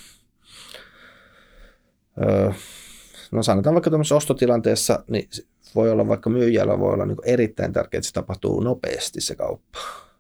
öö, no sanotaan vaikka tämmöisessä ostotilanteessa, niin voi olla vaikka myyjällä voi olla niin kuin erittäin tärkeää, että se tapahtuu nopeasti se kauppa.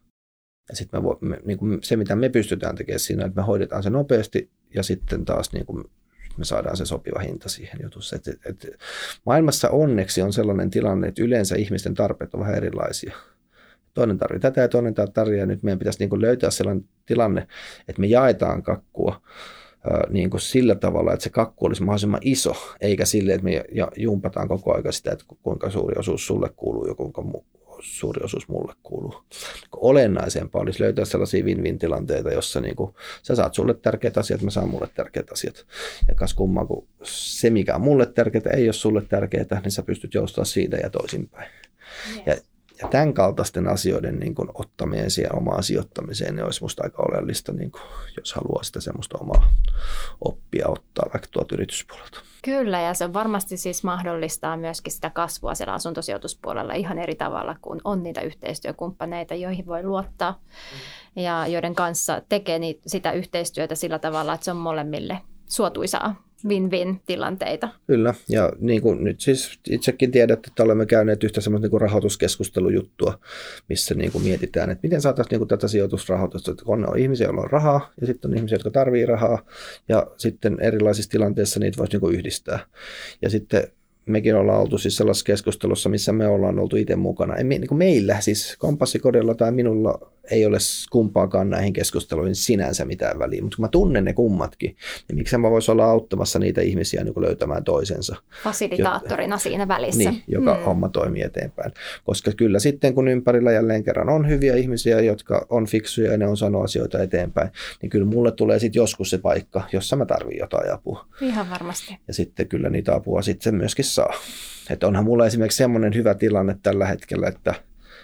Ja sitten me, me, niin kuin se, mitä me pystytään tekemään siinä, että me hoidetaan se nopeasti ja sitten taas niin kuin me saadaan se sopiva hinta siihen jutussa. Et, et, maailmassa onneksi on sellainen tilanne, että yleensä ihmisten tarpeet on vähän erilaisia. Toinen tarvitsee tätä ja toinen tarvitsee. Ja nyt meidän pitäisi niin kuin löytää sellainen tilanne, että me jaetaan kakkua ää, niin kuin sillä tavalla, että se kakku olisi mahdollisimman iso, eikä sille, että me jumpataan koko ajan sitä, että kuinka suuri osuus sulle kuuluu ja kuinka muu. Suuri osuus mulle kuuluu. Olennaisempaa olisi löytää sellaisia win-win-tilanteita, jossa niin kuin, sä saat sulle tärkeät asiat, mä saan mulle tärkeät asiat. Ja kas kummaa, kun se, mikä on mulle tärkeää, ei ole sulle tärkeää, niin sä pystyt joustamaan siitä ja toisinpäin. Yes. Ja, ja tämän kaltaisten asioiden niin kuin, ottaminen siihen omaan sijoittamiseen niin olisi musta aika oleellista, niin kuin, jos haluaa sitä semmoista omaa oppia ottaa vaikka tuolta yrityspuolelta. Kyllä, ja se varmasti siis mahdollistaa myöskin sitä kasvua siellä asuntosijoituspuolella ihan eri tavalla, kun on niitä yhteistyökumppaneita, joihin voi luottaa mm. ja joiden kanssa tekee niitä, sitä yhteistyötä sillä tavalla, että se on molemmille suotuisaa win-win-tilanteita. Kyllä, ja niin kuin nyt siis itsekin tiedät, että olemme käyneet yhtä semmoista niin kuin rahoituskeskustelujuttua, missä niin kuin mietitään, että miten saataisiin niin kuin tätä sijoitusrahoitusta, että on ihmisiä, joilla on rahaa, ja sitten on ihmisiä, jotka tarvitsevat rahaa, ja sitten erilaisissa tilanteissa niitä voisi niin kuin yhdistää. Ja sitten mekin ollaan oltu siis sellaisessa keskustelussa, missä me ollaan oltu itse mukana. Ei, niin kuin meillä, siis Kompassikodilla tai minulla ei ole kumpaakaan näihin keskusteluihin sinänsä mitään väliä, mutta kun mä tunnen ne kummatkin, niin miksi mä vois olla auttamassa niitä ihmisiä niin kuin löytämään toisensa. Fasilitaattorina jota, siinä välissä. Niin, joka hmm. homma toimii eteenpäin. Koska kyllä sitten, kun ympärillä jälleen kerran on hyviä ihmisiä, jotka on fiksuja ja ne on sanoo asioita eteenpäin, niin kyllä mulle tulee sitten joskus se paikka, jossa mä tarvitsen jotain apua. Ihan varmasti. Ja sitten kyllä niitä apua sitten myöskin saa. Että onhan mulla esimerkiksi semmoinen hyvä tilanne tällä hetkellä, että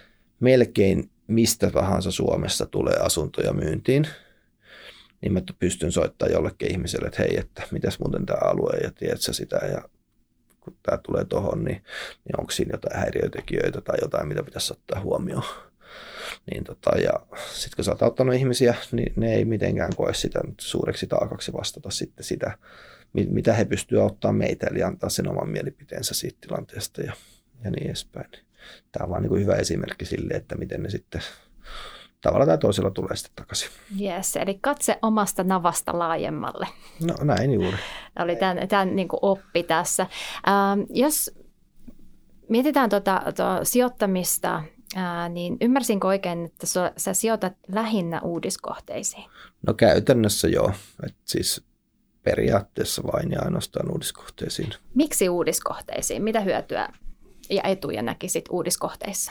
melkein mistä tahansa Suomessa tulee asuntoja myyntiin, niin mä pystyn soittamaan jollekin ihmiselle, että hei, että mitäs muuten tämä alue ja tiedät sä sitä ja kun tämä tulee tuohon, niin, niin onko siinä jotain häiriötekijöitä tai jotain, mitä pitäisi ottaa huomioon. Niin tota, ja sitten kun sä oot auttanut ihmisiä, niin ne ei mitenkään koe sitä suureksi taakaksi vastata sitten sitä, mitä he pystyvät auttamaan meitä, eli antaa sen oman mielipiteensä siitä tilanteesta ja, ja niin edespäin. Tämä on vaan niin kuin hyvä esimerkki sille, että miten ne sitten tavalla tai toisella tulee sitten takaisin. Yes, eli katse omasta navasta laajemmalle. No näin juuri. Oli tämän, tämän niin kuin oppi tässä. Ähm, jos mietitään tuota, tuota sijoittamista, ää, niin ymmärsinkö oikein, että sä, sä sijoitat lähinnä uudiskohteisiin? No käytännössä joo. Et siis periaatteessa vain ja ainoastaan uudiskohteisiin. Miksi uudiskohteisiin? Mitä hyötyä ja etuja näkisit uudiskohteissa?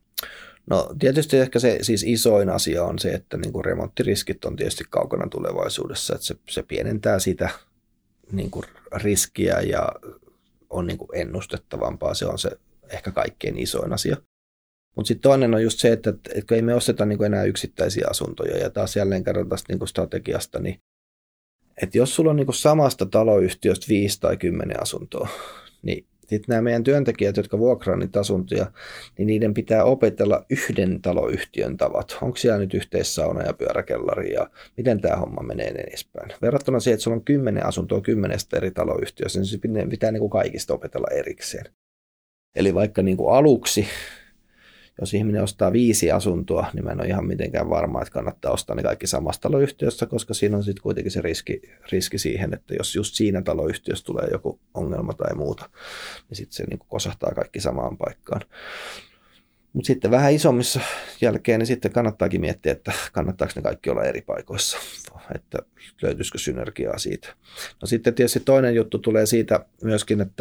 No tietysti ehkä se siis isoin asia on se, että niin kuin remonttiriskit on tietysti kaukana tulevaisuudessa, että se, se pienentää sitä niin kuin riskiä ja on niin kuin ennustettavampaa. Se on se ehkä kaikkein isoin asia. Mutta sitten toinen on just se, että, että ei me osteta niin kuin enää yksittäisiä asuntoja ja taas jälleen kerran tästä niin kuin strategiasta, niin että jos sulla on niin kuin samasta taloyhtiöstä viisi tai kymmenen asuntoa, niin sitten nämä meidän työntekijät, jotka vuokraa niitä asuntoja, niin niiden pitää opetella yhden taloyhtiön tavat. Onko siellä nyt yhteissauna ja pyöräkellari ja miten tämä homma menee edespäin. Verrattuna siihen, että sulla on kymmenen asuntoa kymmenestä eri taloyhtiöstä, niin se pitää niin kuin kaikista opetella erikseen. Eli vaikka niin kuin aluksi, jos ihminen ostaa viisi asuntoa, niin mä en ole ihan mitenkään varma, että kannattaa ostaa ne kaikki samassa taloyhtiössä, koska siinä on sitten kuitenkin se riski, riski siihen, että jos just siinä taloyhtiössä tulee joku ongelma tai muuta, niin sitten se niin kuin kosahtaa kaikki samaan paikkaan. Mutta sitten vähän isommissa jälkeen, niin sitten kannattaakin miettiä, että kannattaako ne kaikki olla eri paikoissa, että löytyisikö synergiaa siitä. No sitten tietysti toinen juttu tulee siitä myöskin, että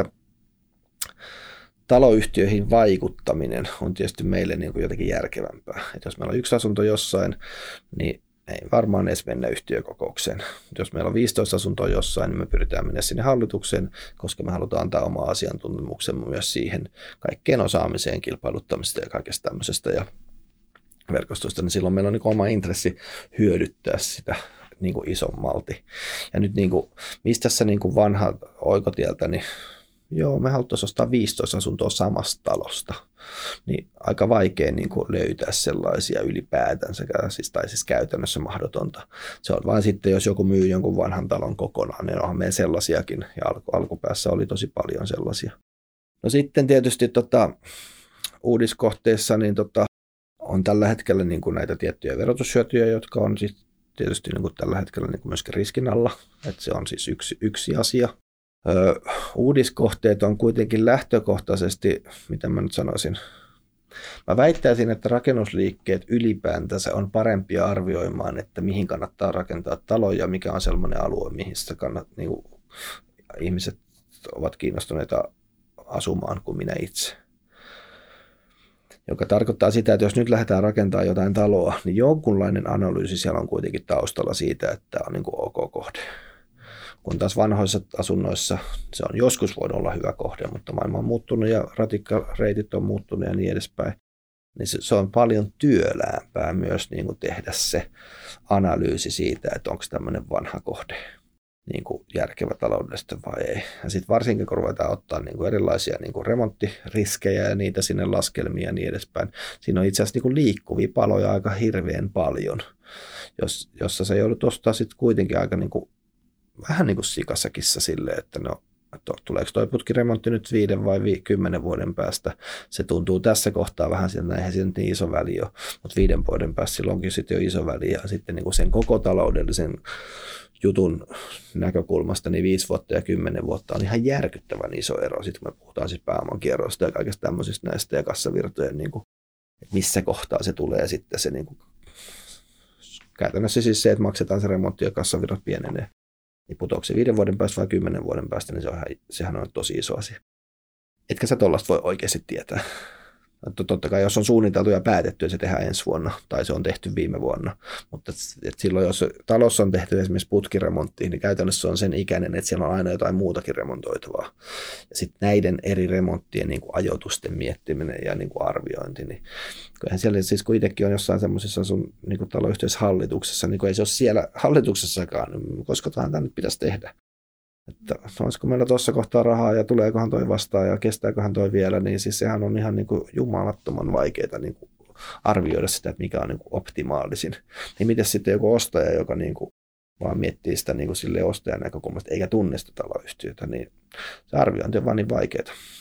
taloyhtiöihin vaikuttaminen on tietysti meille niin kuin jotenkin järkevämpää. Että jos meillä on yksi asunto jossain, niin ei varmaan edes mennä yhtiökokoukseen. Jos meillä on viisitoista asuntoa jossain, niin me pyritään mennä sinne hallitukseen, koska me halutaan antaa oma asiantuntemuksemme myös siihen kaikkeen osaamiseen, kilpailuttamisesta ja kaikesta tämmöisestä ja verkostosta, niin silloin meillä on niin kuin oma intressi hyödyttää sitä niin kuin isommalti. Ja nyt niin kuin, mistä se niin kuin vanha oikotieltä, niin joo, me haluttaisiin ostaa viisitoista asuntoa samasta talosta. Niin aika vaikea niin kuin löytää sellaisia ylipäätänsä, siis, tai siis käytännössä mahdotonta. Se on vain sitten, jos joku myy jonkun vanhan talon kokonaan, niin onhan meillä sellaisiakin, ja alku, alkupäässä oli tosi paljon sellaisia. No sitten tietysti tota, uudiskohteissa niin tota, on tällä hetkellä niin kuin näitä tiettyjä verotushyötyjä, jotka on siis tietysti niin kuin tällä hetkellä niin kuin myöskin riskin alla, että se on siis yksi, yksi asia. Öö, uudiskohteet on kuitenkin lähtökohtaisesti, mitä mä nyt sanoisin, mä väittäisin, että rakennusliikkeet ylipäätänsä on parempia arvioimaan, että mihin kannattaa rakentaa taloja, mikä on sellainen alue, mihin sitä kannat, niin kuin ihmiset ovat kiinnostuneita asumaan kuin minä itse. Joka tarkoittaa sitä, että jos nyt lähdetään rakentamaan jotain taloa, niin jonkunlainen analyysi siellä on kuitenkin taustalla siitä, että tämä on niin kuin ok kohde. Kun taas vanhoissa asunnoissa se on joskus voinut olla hyvä kohde, mutta maailma on muuttunut ja ratikkareitit on muuttunut ja niin edespäin. Niin se, se on paljon työläämpää myös niin kuin tehdä se analyysi siitä, että onko tämmöinen vanha kohde niin kuin järkevä taloudellisesti vai ei. Ja sitten varsinkin kun ruvetaan ottaa niin kuin erilaisia niin kuin remonttiriskejä ja niitä sinne laskelmia ja niin edespäin. Siinä on itse asiassa niin kuin liikkuvia paloja aika hirveän paljon, jos, jossa se joudut ostaa sitten kuitenkin aika niin kuin vähän niin kuin sikasakissa silleen, että no, että tuleeko toi putkiremontti nyt viiden vai vi- kymmenen vuoden päästä. Se tuntuu tässä kohtaa vähän sieltä, eihän siinä niin iso väli ole, mutta viiden vuoden päästä sillä onkin sitten jo iso väli. Ja sitten niin kuin sen koko taloudellisen jutun näkökulmasta, niin viisi vuotta ja kymmenen vuotta on ihan järkyttävän iso ero. Sitten kun me puhutaan siis pääoman kierrosta ja kaikesta tämmöisistä näistä ja kassavirtojen, niin kuin, että missä kohtaa se tulee sitten se niin kuin, käytännössä siis se, että maksetaan se remontti ja kassavirrat pienenee. Niin putoako se viiden vuoden päästä vai kymmenen vuoden päästä, niin se on, sehän on tosi iso asia. Etkä sä tollaista voi oikeasti tietää. Totta kai jos on suunniteltu ja päätetty, että se tehdään ensi vuonna, tai se on tehty viime vuonna. Mutta et silloin, jos talossa on tehty esimerkiksi putkiremontti, niin käytännössä on sen ikäinen, että siellä on aina jotain muutakin remontoitavaa. Ja sitten näiden eri remonttien niin kuin ajoitusten miettiminen ja niin kuin arviointi, niin kyllähän siellä siis kun itsekin on jossain semmoisessa sun niin kuin taloyhteisessä hallituksessa, niin kun ei se ole siellä hallituksessakaan, niin koska tämä nyt pitäisi tehdä. Että olisiko meillä tuossa kohtaa rahaa ja tuleekohan toi vastaan ja kestääköhän toi vielä, niin siis sehän on ihan niin kuin jumalattoman vaikeaa niin kuin arvioida sitä, että mikä on niin kuin optimaalisin. Niin miten sitten joku ostaja, joka niin kuin vaan miettii sitä niin kuin sille ostajan näkökulmasta eikä tunne sitä taloyhtiötä, niin se arviointi on vaan niin vaikeaa.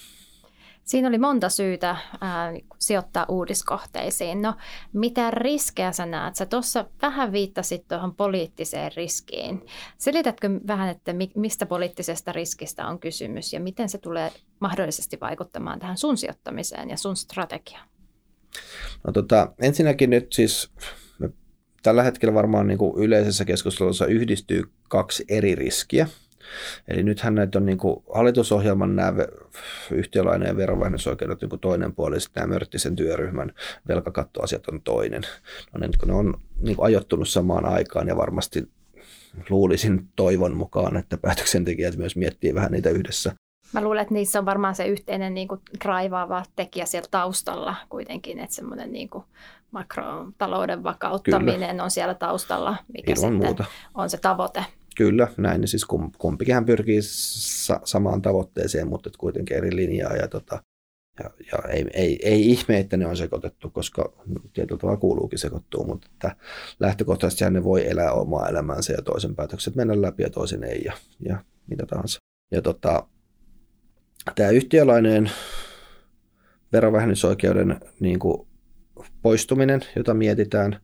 Siinä oli monta syytä ää, sijoittaa uudiskohteisiin. No, mitä riskejä sä näet? Sä tuossa vähän viittasit tuohon poliittiseen riskiin. Selitätkö vähän, että mi- mistä poliittisesta riskistä on kysymys ja miten se tulee mahdollisesti vaikuttamaan tähän sun sijoittamiseen ja sun strategiaan? No tota, ensinnäkin nyt siis me tällä hetkellä varmaan niin kuin yleisessä keskustelussa yhdistyy kaksi eri riskiä. Eli nythän näitä on niin kuin hallitusohjelman nämä yhtiölainen ja verovähennysoikeudet niin kuin toinen puoli, sitten nämä Mörttisen työryhmän velkakattoasiat on toinen. No ne, ne on niin kuin ajoittunut samaan aikaan ja varmasti luulisin toivon mukaan, että päätöksentekijät myös miettii vähän niitä yhdessä. Mä luulen, että niissä on varmaan se yhteinen niin kuin draivaava tekijä siellä taustalla kuitenkin, että semmoinen niin kuin makrotalouden vakauttaminen Kyllä. on siellä taustalla, mikä Ilman sitten muuta. on se tavoite. Kyllä, näin. Niin siis kumpikin pyrkii sa- samaan tavoitteeseen, mutta kuitenkin eri linjaa. Ja, tota, ja, ja ei, ei, ei ihme, että ne on sekoitettu, koska tietyllä tavalla kuuluukin sekoittua, mutta että lähtökohtaisesti ne voi elää omaa elämäänsä ja toisen päätökset mennä läpi ja toisen ei ja, ja mitä tahansa. Ja tota, tämä yhtiölainen verovähennysoikeuden niin kuin poistuminen, jota mietitään,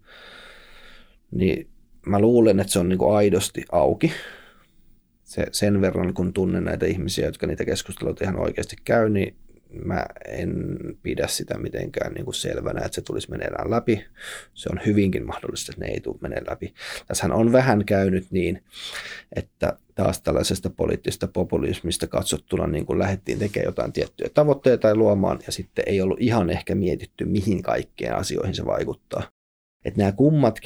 niin mä luulen, että se on niin kuin aidosti auki. Se, sen verran, kun tunnen näitä ihmisiä, jotka niitä keskusteluita ihan oikeasti käy, niin mä en pidä sitä mitenkään niin kuin selvänä, että se tulisi menemään läpi. Se on hyvinkin mahdollista, että ne ei tule menemään läpi. Tässähän on vähän käynyt niin, että taas tällaisesta poliittisesta populismista katsottuna niin kuin lähdettiin tekemään jotain tiettyjä tavoitteita tai luomaan, ja sitten ei ollut ihan ehkä mietitty, mihin kaikkeen asioihin se vaikuttaa. Että nämä kummatkin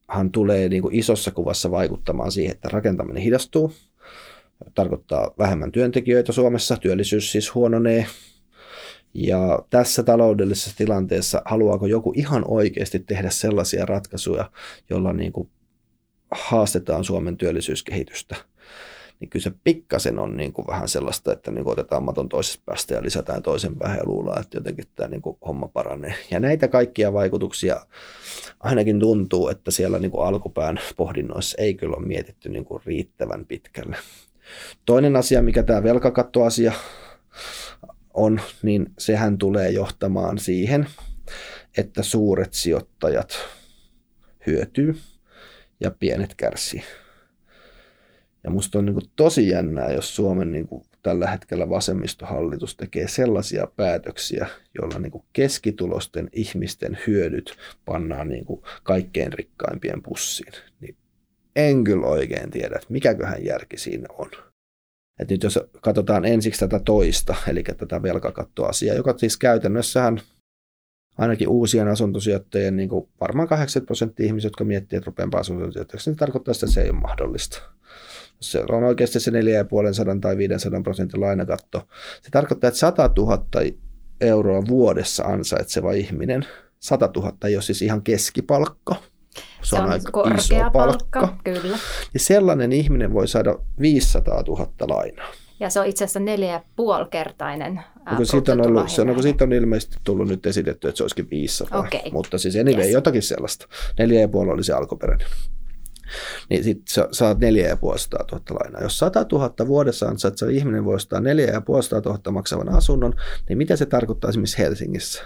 tulee niin kuin isossa kuvassa vaikuttamaan siihen, että rakentaminen hidastuu. Tarkoittaa vähemmän työntekijöitä Suomessa, työllisyys siis huononee. Ja tässä taloudellisessa tilanteessa haluaako joku ihan oikeasti tehdä sellaisia ratkaisuja, joilla niin kuin haastetaan Suomen työllisyyskehitystä? Niin kyllä se pikkasen on niin kuin vähän sellaista, että niin kuin otetaan maton toisesta päästä ja lisätään toisen päähän ja luullaan, että jotenkin tämä niin kuin homma paranee. Ja näitä kaikkia vaikutuksia ainakin tuntuu, että siellä niin kuin alkupään pohdinnoissa ei kyllä ole mietitty niin kuin riittävän pitkälle. Toinen asia, mikä tämä velkakattoasia on, niin sehän tulee johtamaan siihen, että suuret sijoittajat hyötyy ja pienet kärsii. Ja musta on niin kuin tosi jännää, jos Suomen niin kuin tällä hetkellä vasemmistohallitus tekee sellaisia päätöksiä, joilla niin kuin keskitulosten ihmisten hyödyt pannaan niin kuin kaikkein rikkaimpien pussiin. Niin en kyllä oikein tiedä, että mikäköhän järki siinä on. Et nyt jos katsotaan ensiksi tätä toista, eli tätä velkakattoasiaa, joka siis käytännössähän ainakin uusien asuntosijoittajien, niin kuin varmaan kahdeksankymmentä prosenttia ihmisiä, jotka miettii, että rupeanpa asuntosijoittajaksi, niin tarkoittaa sitä, että se ei ole mahdollista. Se on oikeasti se neljä pilkku viisisataa tai viisisataa prosentin lainakatto. Se tarkoittaa, että sata tuhatta euroa vuodessa ansaitseva ihminen, sata tuhatta ei ole siis ihan keskipalkka. Se, se on, on aika iso palkka. palkka. Kyllä. Ja sellainen ihminen voi saada viisisataatuhatta lainaa. Ja se on itse asiassa neljä ja puolikertainen siitä on ollut, se on, kun siitä on ilmeisesti tullut nyt esitetty, että se olisikin viisisataa. Okay. Mutta siis anyway, yes. Jotakin sellaista. Neljä ja puoli oli se alkuperäinen. Niin sitten sä saat neljä ja puolisataa tuhatta lainaa. Jos sata tuhatta vuodessa ansaitseva ihminen voi ostaa neljä ja puolisataa tuhatta maksavan asunnon, niin mitä se tarkoittaa esimerkiksi Helsingissä?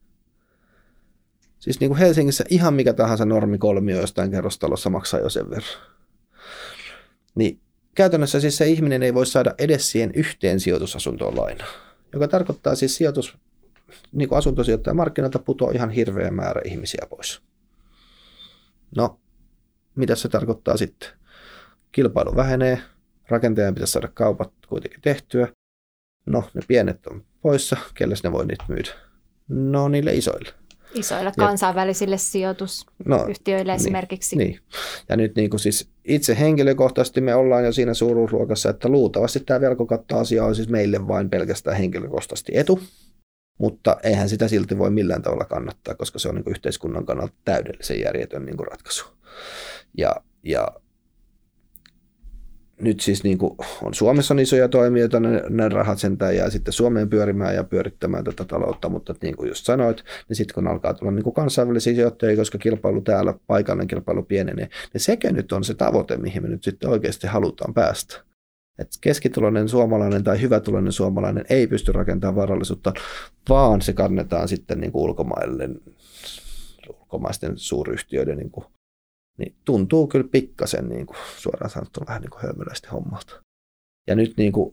Siis niin kuin Helsingissä ihan mikä tahansa normikolmio jostain kerrostalossa maksaa jo sen verran. Niin käytännössä siis se ihminen ei voi saada edes siihen yhteen sijoitusasuntoon lainaa, joka tarkoittaa siis sijoitus, niin kuin asuntosijoittajan markkinoilta putoaa ihan hirveä määrä ihmisiä pois. No, mitä se tarkoittaa sitten? Kilpailu vähenee, rakentajan pitäisi saada kaupat kuitenkin tehtyä. No, ne pienet on poissa, kelles ne voi niitä myydä? No, niille isoille. Isoille kansainvälisille sijoitusyhtiöille no, esimerkiksi. Niin, niin. Ja nyt niin kuin siis itse henkilökohtaisesti me ollaan jo siinä suuruusluokassa, että luultavasti tämä velkokattoasia on siis meille vain pelkästään henkilökohtaisesti etu, mutta eihän sitä silti voi millään tavalla kannattaa, koska se on niin kuin yhteiskunnan kannalta täydellisen järjetön niin kuin ratkaisu. Ja, ja nyt siis niin kuin on Suomessa on isoja toimijoita, ne, ne rahat sentään jää sitten Suomeen pyörimään ja pyörittämään tätä taloutta, mutta niin kuin just sanoit, niin sitten kun alkaa tulla niin kuin kansainvälisiä sijoittajia, koska kilpailu täällä, paikallinen kilpailu pienenee, niin sekä nyt on se tavoite, mihin me nyt sitten oikeasti halutaan päästä. Että keskituloinen suomalainen tai hyvätuloinen suomalainen ei pysty rakentamaan varallisuutta, vaan se kannetaan sitten niin kuin ulkomaille, ulkomaisten suuryhtiöiden niin kuin niin tuntuu kyllä pikkasen niin kuin, suoraan sanottuna vähän niin kuin hölmöläisesti hommalta. Ja nyt niin kuin,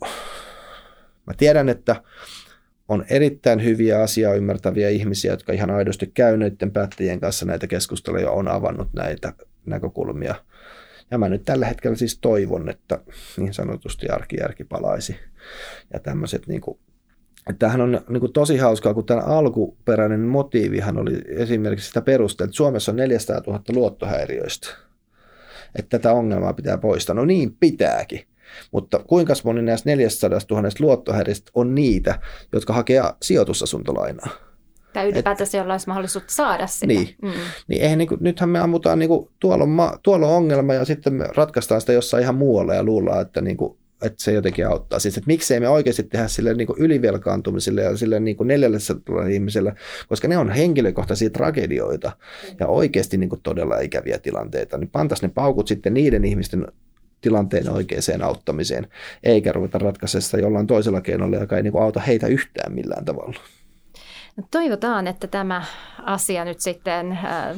mä tiedän, että on erittäin hyviä asiaa ymmärtäviä ihmisiä, jotka ihan aidosti käy näiden päättäjien kanssa näitä keskusteluja, on avannut näitä näkökulmia. Ja mä nyt tällä hetkellä siis toivon, että niin sanotusti arkijärki palaisi. Ja tämmöiset niin kuin tämähän on niin kuin tosi hauskaa, kun tämän alkuperäinen motiivihan oli esimerkiksi sitä perusteella, että Suomessa on neljäsataatuhatta luottohäiriöistä, että tätä ongelmaa pitää poistaa. No niin pitääkin, mutta kuinka moni näistä neljäsataatuhatta luottohäiriöistä on niitä, jotka hakee sijoitusasuntolainaa? Tai ylipäätänsä jolla olisi mahdollisuutta saada sitä. Niin, mm. niin eihän, niin kuin, nythän me ammutaan, niin kuin, tuolla, on ma, tuolla on ongelma ja sitten me ratkaistaan sitä jossain ihan muualla ja luullaan, että niin kuin, että se jotenkin auttaa. Siis, että miksei me oikeasti tehdä sille niin kuin ylivelkaantumiselle ja sille niin kuin neljällesadalle ihmiselle, koska ne on henkilökohtaisia tragedioita ja oikeasti niin kuin todella ikäviä tilanteita. Niin pantaisiin ne paukut sitten niiden ihmisten tilanteen oikeaan auttamiseen, eikä ruveta ratkaisemaan sitä jollain toisella keinolla, joka ei niin kuin auta heitä yhtään millään tavalla. No, toivotaan, että tämä asia nyt sitten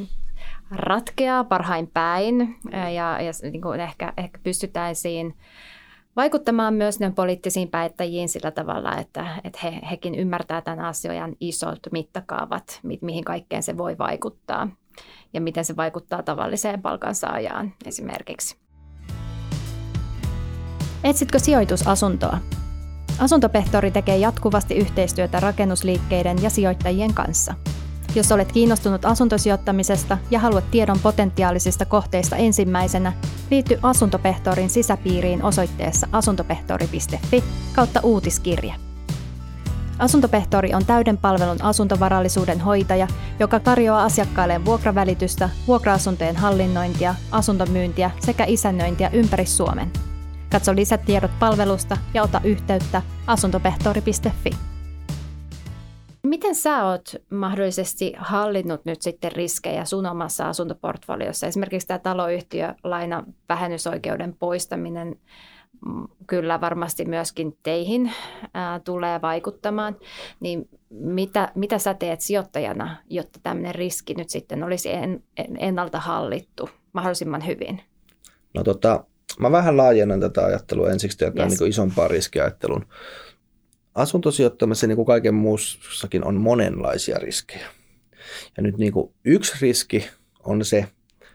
ratkeaa parhain päin ja, ja niin kuin ehkä, ehkä pystytäisiin vaikuttamaan myös ne poliittisiin päättäjiin sillä tavalla, että, että he, hekin ymmärtää tämän asian isot mittakaavat, mi, mihin kaikkeen se voi vaikuttaa ja miten se vaikuttaa tavalliseen palkansaajaan esimerkiksi. Etsitkö sijoitusasuntoa? Asuntopehtori tekee jatkuvasti yhteistyötä rakennusliikkeiden ja sijoittajien kanssa. Jos olet kiinnostunut asuntosijoittamisesta ja haluat tiedon potentiaalisista kohteista ensimmäisenä, liity Asuntopehtorin sisäpiiriin osoitteessa asuntopehtori piste fi kautta uutiskirje. Asuntopehtori on täyden palvelun asuntovarallisuuden hoitaja, joka tarjoaa asiakkailleen vuokravälitystä, vuokra-asuntojen hallinnointia, asuntomyyntiä sekä isännöintiä ympäri Suomen. Katso lisätiedot palvelusta ja ota yhteyttä asuntopehtori piste fi. Miten sä oot mahdollisesti hallinnut nyt sitten riskejä sun omassa asuntoportfoliossa? Esimerkiksi tämä taloyhtiölainan vähennysoikeuden poistaminen kyllä varmasti myöskin teihin ää, tulee vaikuttamaan. Niin mitä, mitä sä teet sijoittajana, jotta tämmöinen riski nyt sitten olisi en, ennalta hallittu mahdollisimman hyvin? No tota, mä vähän laajennan tätä ajattelua ensiksi tätä yes. niin isompaa riskiajattelun. Asuntosijoittamisessa niin kuin kaiken muussakin on monenlaisia riskejä. Ja nyt niin kuin yksi riski on se,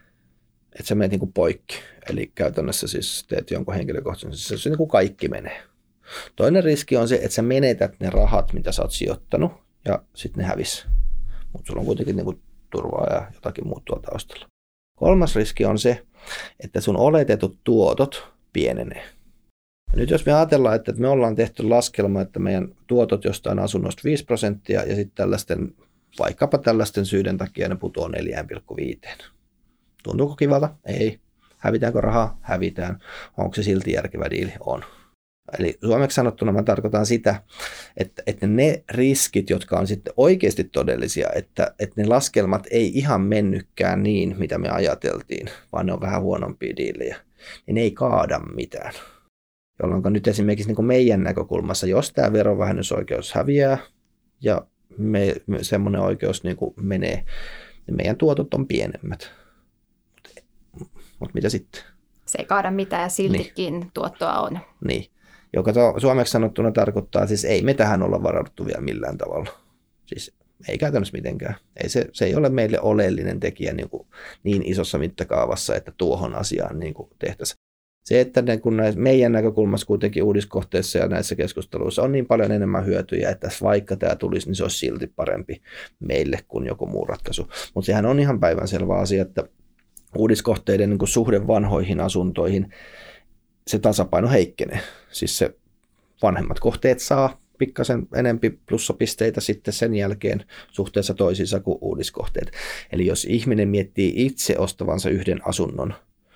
että sä menet niin kuin poikki. Eli käytännössä siis teet jonkun henkilökohtaisen, siis se niin kuin kaikki menee. Toinen riski on se, että sä menetät ne rahat, mitä sä oot sijoittanut, ja sitten ne hävis. Mutta sulla on kuitenkin niin kuin turvaa ja jotakin muuttua taustalla. Kolmas riski on se, että sun oletetut tuotot pienenee. Ja nyt jos me ajatellaan, että me ollaan tehty laskelma, että meidän tuotot jostain asunnosta viisi prosenttia ja sitten tällaisten, vaikkapa tällaisten syiden takia ne putoaa neljä pilkku viisi. Tuntuuko kivalta? Ei. Hävitäänkö rahaa? Hävitään. Onko se silti järkevä diili? On. Eli suomeksi sanottuna mä tarkoitan sitä, että, että ne riskit, jotka on sitten oikeasti todellisia, että, että ne laskelmat ei ihan mennytkään niin, mitä me ajateltiin, vaan ne on vähän huonompia diilejä, niin ne ei kaada mitään. Jolloin nyt esimerkiksi niin kuin meidän näkökulmassa, jos tämä verovähennysoikeus häviää ja me, me, semmoinen oikeus niin kuin menee, niin meidän tuotot on pienemmät. Mutta mut mitä sitten? Se ei kaada mitään ja siltikin niin. Tuottoa on. Niin, joka to, suomeksi sanottuna tarkoittaa, siis ei me tähän olla varauduttu vielä millään tavalla. Siis ei käytännössä mitenkään. Ei se, se ei ole meille oleellinen tekijä niin, kuin niin isossa mittakaavassa, että tuohon asiaan niin kuin tehtäisiin. Se, että ne, kun näissä, meidän näkökulmassa kuitenkin uudiskohteissa ja näissä keskusteluissa on niin paljon enemmän hyötyjä, että vaikka tämä tulisi, niin se olisi silti parempi meille kuin joku muu ratkaisu. Mutta sehän on ihan päivänselvä asia, että uudiskohteiden niin kuin suhde vanhoihin asuntoihin, se tasapaino heikkenee. Siis se vanhemmat kohteet saa pikkasen enempi plussapisteitä sitten sen jälkeen suhteessa toisiinsa kuin uudiskohteet. Eli jos ihminen miettii itse ostavansa yhden asunnon,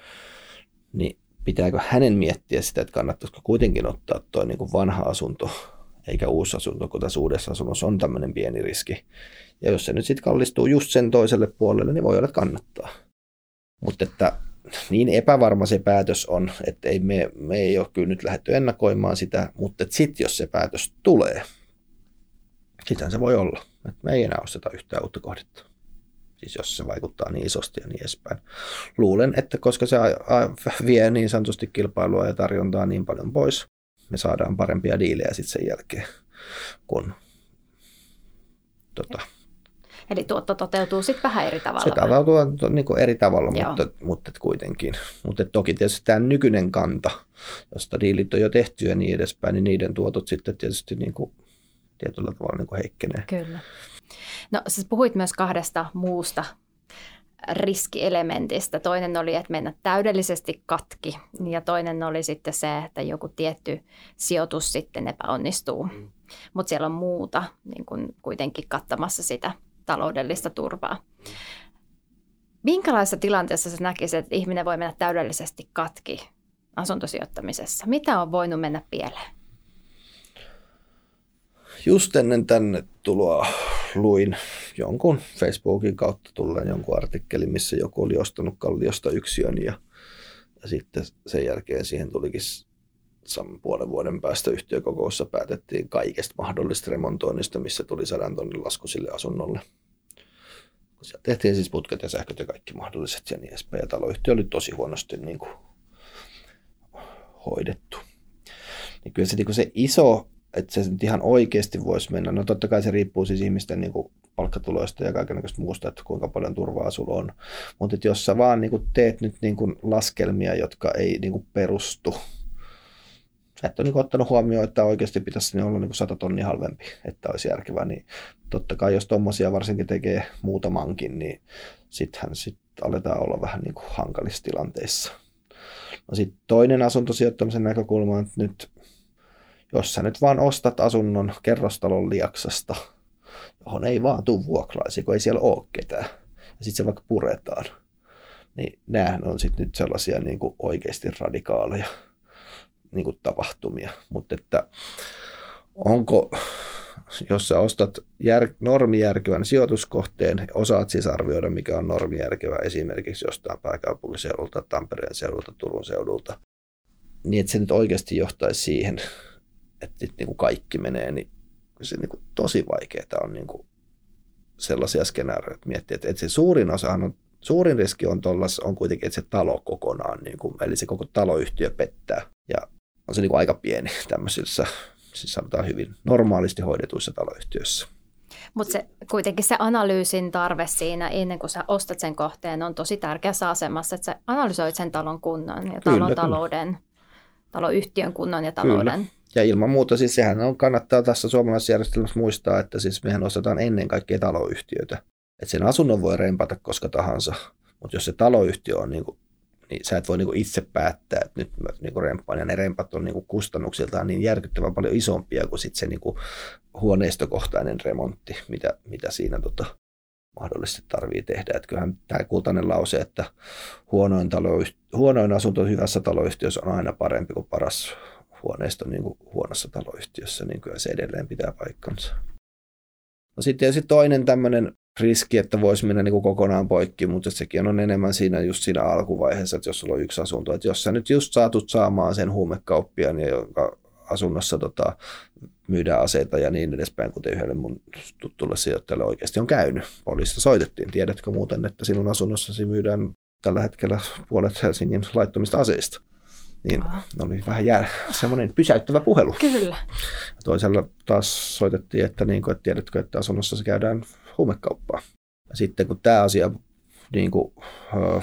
niin pitääkö hänen miettiä sitä, että kannattaisiko kuitenkin ottaa tuo niin kuin vanha asunto, eikä uusi asunto, kun tässä uudessa asunnossa on tämmöinen pieni riski. Ja jos se nyt sitten kallistuu just sen toiselle puolelle, niin voi olla, että kannattaa. Mutta että niin epävarma se päätös on, että ei me, me ei ole kyllä nyt lähdetty ennakoimaan sitä, mutta sitten jos se päätös tulee, sitähän se voi olla, että me ei enää osteta yhtään uutta kohdetta. Siis jos se vaikuttaa niin isosti ja niin edespäin. Luulen, että koska se vie niin sanotusti kilpailua ja tarjontaa niin paljon pois, me saadaan parempia diilejä sitten sen jälkeen. Kun, tota, Eli tuotto toteutuu sitten vähän eri tavalla. Se toteutuu niin kuin eri tavalla, mutta, mutta kuitenkin. Mutta toki tietysti tämä nykyinen kanta, josta diilit on jo tehty ja niin edespäin, niin niiden tuotot sitten tietysti niin kuin tietyllä tavalla niin kuin heikkenee. Kyllä. No siis puhuit myös kahdesta muusta riskielementistä. Toinen oli, että mennä täydellisesti katki ja toinen oli sitten se, että joku tietty sijoitus sitten epäonnistuu. Mm. Mutta siellä on muuta niin kun kuitenkin kattamassa sitä taloudellista turvaa. Minkälaisessa tilanteessa sä näkisit, että ihminen voi mennä täydellisesti katki asuntosijoittamisessa? Mitä on voinut mennä pieleen? Just ennen tänne tuloa luin jonkun Facebookin kautta tulleen jonkun artikkelin, missä joku oli ostanut Kalliosta yksiön ja, ja sitten sen jälkeen siihen tulikin saman puolen vuoden päästä yhtiökokoussa päätettiin kaikesta mahdollisesta remontoinnista, missä tuli sadan tonnin lasku sille asunnolle. Siellä tehtiin siis putket ja sähköt ja kaikki mahdolliset ja niin edespäin. Ja taloyhtiö oli tosi huonosti niin kuin hoidettu. Niin kyllä se, niin kuin se iso, että se nyt ihan oikeasti voisi mennä. No totta kai se riippuu siis ihmisten niin kuin palkkatuloista ja kaikenlaista muusta, että kuinka paljon turvaa sulla on. Mutta jos sä vaan niin kuin teet nyt niin kuin laskelmia, jotka ei niin kuin perustu sä et ole niin ottanut huomioon, että oikeasti pitäisi olla niin sata tonnia halvempi, että olisi järkevää. Niin totta kai jos tuommoisia varsinkin tekee muutamankin, niin sittenhän sit aletaan olla vähän niin kuin hankalissa tilanteissa. No sitten toinen asuntosijoittamisen näkökulma on, että nyt, jos sä nyt vaan ostat asunnon kerrostalon Lieksasta, johon ei vaan tule vuokralaisia, kun ei siellä ole ketään, ja sitten se vaikka puretaan, niin näähän on sitten nyt sellaisia niin kuin oikeasti radikaaleja niin kuin tapahtumia. Mutta että onko, jos sä ostat jär, normijärkevän sijoituskohteen, osaat siis arvioida, mikä on normijärkevä esimerkiksi jostain pääkaupunkiseudulta, Tampereen seudulta, Turun seudulta, niin että se nyt oikeasti johtaisi siihen, että niin kuin kaikki menee, niin se niin kuin tosi vaikeaa on niin kuin sellaisia skenaarioita miettiä, että se suurin osahan on, suurin riski on tollas, on kuitenkin, että se talo kokonaan, niin kuin, eli se koko taloyhtiö pettää, ja on se niin kuin aika pieni tämmöisissä, siis sanotaan hyvin normaalisti hoidetuissa taloyhtiöissä. Mutta se, kuitenkin se analyysin tarve siinä, ennen kuin sä ostat sen kohteen, on tosi tärkeässä asemassa, että sä analysoit sen talon kunnon ja talon kyllä, talouden, kyllä. taloyhtiön kunnon ja talouden. Kyllä. Ja ilman muuta siis sehän on, kannattaa tässä suomalaisessa järjestelmässä muistaa, että siis mehän ostetaan ennen kaikkea taloyhtiötä. Että sen asunnon voi rempata koska tahansa, mutta jos se taloyhtiö on, niin, kuin, niin sä et voi niin kuin itse päättää, että nyt mä niin kuin remppaan. Ja ne rempat on niin kuin kustannuksiltaan niin järkyttävän paljon isompia kuin sit se niin kuin huoneistokohtainen remontti, mitä, mitä siinä tota, mahdollisesti tarvii tehdä. Että kyllähän tämä kultainen lause, että huonoin, taloyhti- huonoin asunto hyvässä taloyhtiössä on aina parempi kuin paras huoneisto niin kuin huonossa taloyhtiössä, niin kyllä se edelleen pitää paikkansa. No sitten tietysti toinen tämmöinen riski, että voisi mennä niin kuin kokonaan poikki, mutta sekin on enemmän siinä just siinä alkuvaiheessa, että jos sulla on yksi asunto, että jos sä nyt just saatut saamaan sen huumekauppiaan, jonka asunnossa tota, myydään aseita ja niin edespäin, kuten yhdelle mun tuttulle sijoittajalle oikeasti on käynyt. Poliisista soitettiin. Tiedätkö muuten, että sinun asunnossasi myydään tällä hetkellä puolet Helsingin laittomista aseista? Niin oli vähän jää, semmoinen pysäyttävä puhelu. Kyllä. Toisella taas soitettiin, että, niin kuin, että tiedätkö, että asunnossa se käydään huumekauppaa. Ja sitten kun tämä asia niin kuin, uh,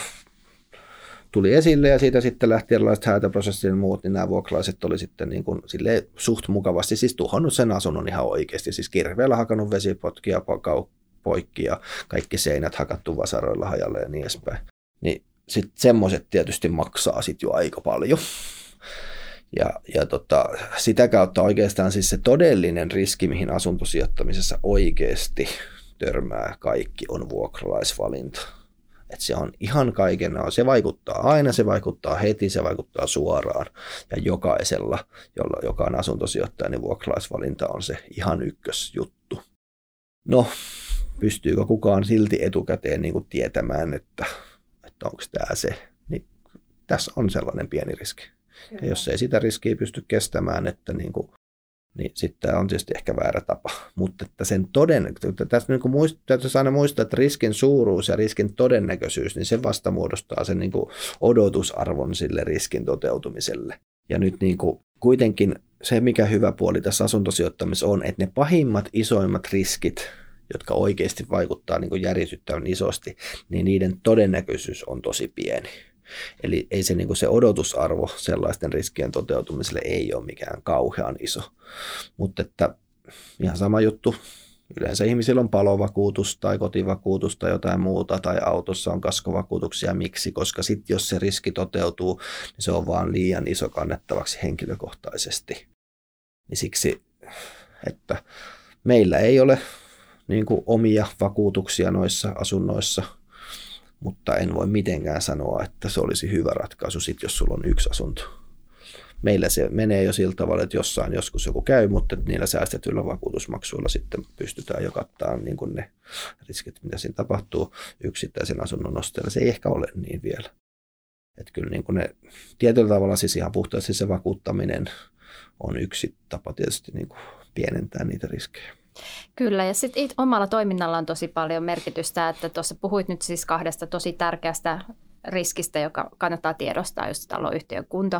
tuli esille ja siitä sitten lähti erilaiset häätöprosessit ja muut, niin nämä vuokralaiset oli sitten niin kuin, silleen, suht mukavasti siis tuhonnut sen asunnon ihan oikeasti. Siis kirveellä hakannut vesipotkia poikki ja kaikki seinät hakattu vasaroilla hajalle ja niin edespäin. Niin sitten semmoiset tietysti maksaa sitten jo aika paljon. Ja, ja tota, sitä kautta oikeastaan siis se todellinen riski, mihin asuntosijoittamisessa oikeasti törmää kaikki, on vuokralaisvalinta. Että se on ihan kaiken, se vaikuttaa aina, se vaikuttaa heti, se vaikuttaa suoraan. Ja jokaisella, jolla, joka on asuntosijoittaja, niin vuokralaisvalinta on se ihan ykkösjuttu. No, pystyykö kukaan silti etukäteen niin kuin tietämään, että että onko tämä se, niin tässä on sellainen pieni riski. Kyllä. Ja jos ei sitä riskiä pysty kestämään, että niin kuin, niin sitten tämä on tietysti ehkä väärä tapa. Mutta että sen toden, tässä niin kuin muist, täytyy aina muistaa, että riskin suuruus ja riskin todennäköisyys, niin se vasta muodostaa sen niin kuin odotusarvon sille riskin toteutumiselle. Ja nyt niin kuin kuitenkin se, mikä hyvä puoli tässä asuntosijoittamisessa on, että ne pahimmat, isoimmat riskit, jotka oikeasti vaikuttaa niin kuin järisyttävän isosti, niin niiden todennäköisyys on tosi pieni. Eli ei se, niin kuin se odotusarvo sellaisten riskien toteutumiselle ei ole mikään kauhean iso. Mutta että ihan sama juttu. Yleensä ihmisillä on palovakuutus tai kotivakuutus tai jotain muuta, tai autossa on kaskovakuutuksia. Miksi? Koska sitten jos se riski toteutuu, niin se on vaan liian iso kannettavaksi henkilökohtaisesti. Niin siksi, että meillä ei ole niin kuin omia vakuutuksia noissa asunnoissa, mutta en voi mitenkään sanoa, että se olisi hyvä ratkaisu sit, jos sulla on yksi asunto. Meillä se menee jo sillä tavalla, että jossain joskus joku käy, mutta niillä säästetyillä vakuutusmaksuilla sitten pystytään jo kattamaan niin kuin ne riskit, mitä siinä tapahtuu yksittäisen asunnon ostajalla. Se ei ehkä ole niin vielä. Että kyllä niin kuin ne, tietyllä tavalla siis ihan puhtaasti se vakuuttaminen on yksi tapa tietysti niin kuin pienentää niitä riskejä. Kyllä, ja sitten omalla toiminnalla on tosi paljon merkitystä, että tuossa puhuit nyt siis kahdesta tosi tärkeästä riskistä, joka kannattaa tiedostaa, just taloyhtiön kunto.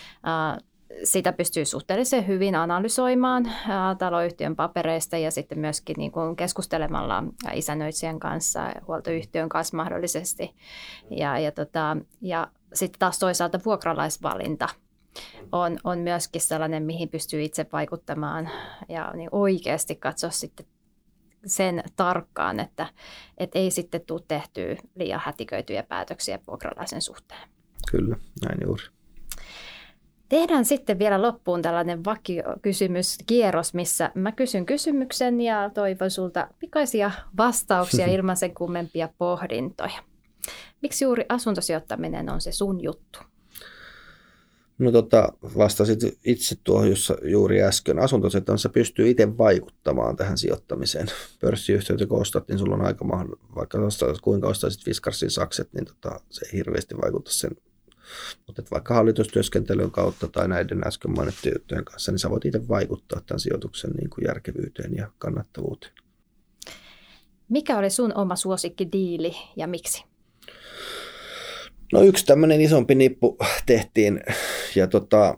Sitä pystyy suhteellisen hyvin analysoimaan taloyhtiön papereista ja sitten myöskin niin kuin keskustelemalla isännöitsijän kanssa, huoltoyhtiön kanssa mahdollisesti. Ja, ja, tota, ja sitten taas toisaalta vuokralaisvalinta. on, on myöskin sellainen, mihin pystyy itse vaikuttamaan ja niin oikeasti katsoa sitten sen tarkkaan, että, että ei sitten tule tehtyä liian hätiköityjä päätöksiä vuokralaisen suhteen. Kyllä, näin juuri. Tehdään sitten vielä loppuun tällainen vakiokysymyskierros, missä mä kysyn kysymyksen ja toivon sulta pikaisia vastauksia ilman sen kummempia pohdintoja. Miksi juuri asuntosijoittaminen on se sun juttu? No tota, vastasit itse tuohon jossa juuri äsken. Asuntosijoittamisessa pystyy itse vaikuttamaan tähän sijoittamiseen. Pörssiyhtiöitä kun ostat, niin sulla on aika mahdollista, vaikka ostat, kuinka ostaisit Fiskarsin sakset, niin tota, se ei hirveästi vaikuta sen. Mutta vaikka hallitustyöskentelyn kautta tai näiden äsken mainittujen juttujen kanssa, niin sä voit itse vaikuttaa tämän sijoituksen niin kuin järkevyyteen ja kannattavuuteen. Mikä oli sun oma suosikkidiili ja miksi? No yksi tämmöinen isompi nippu tehtiin ja tota,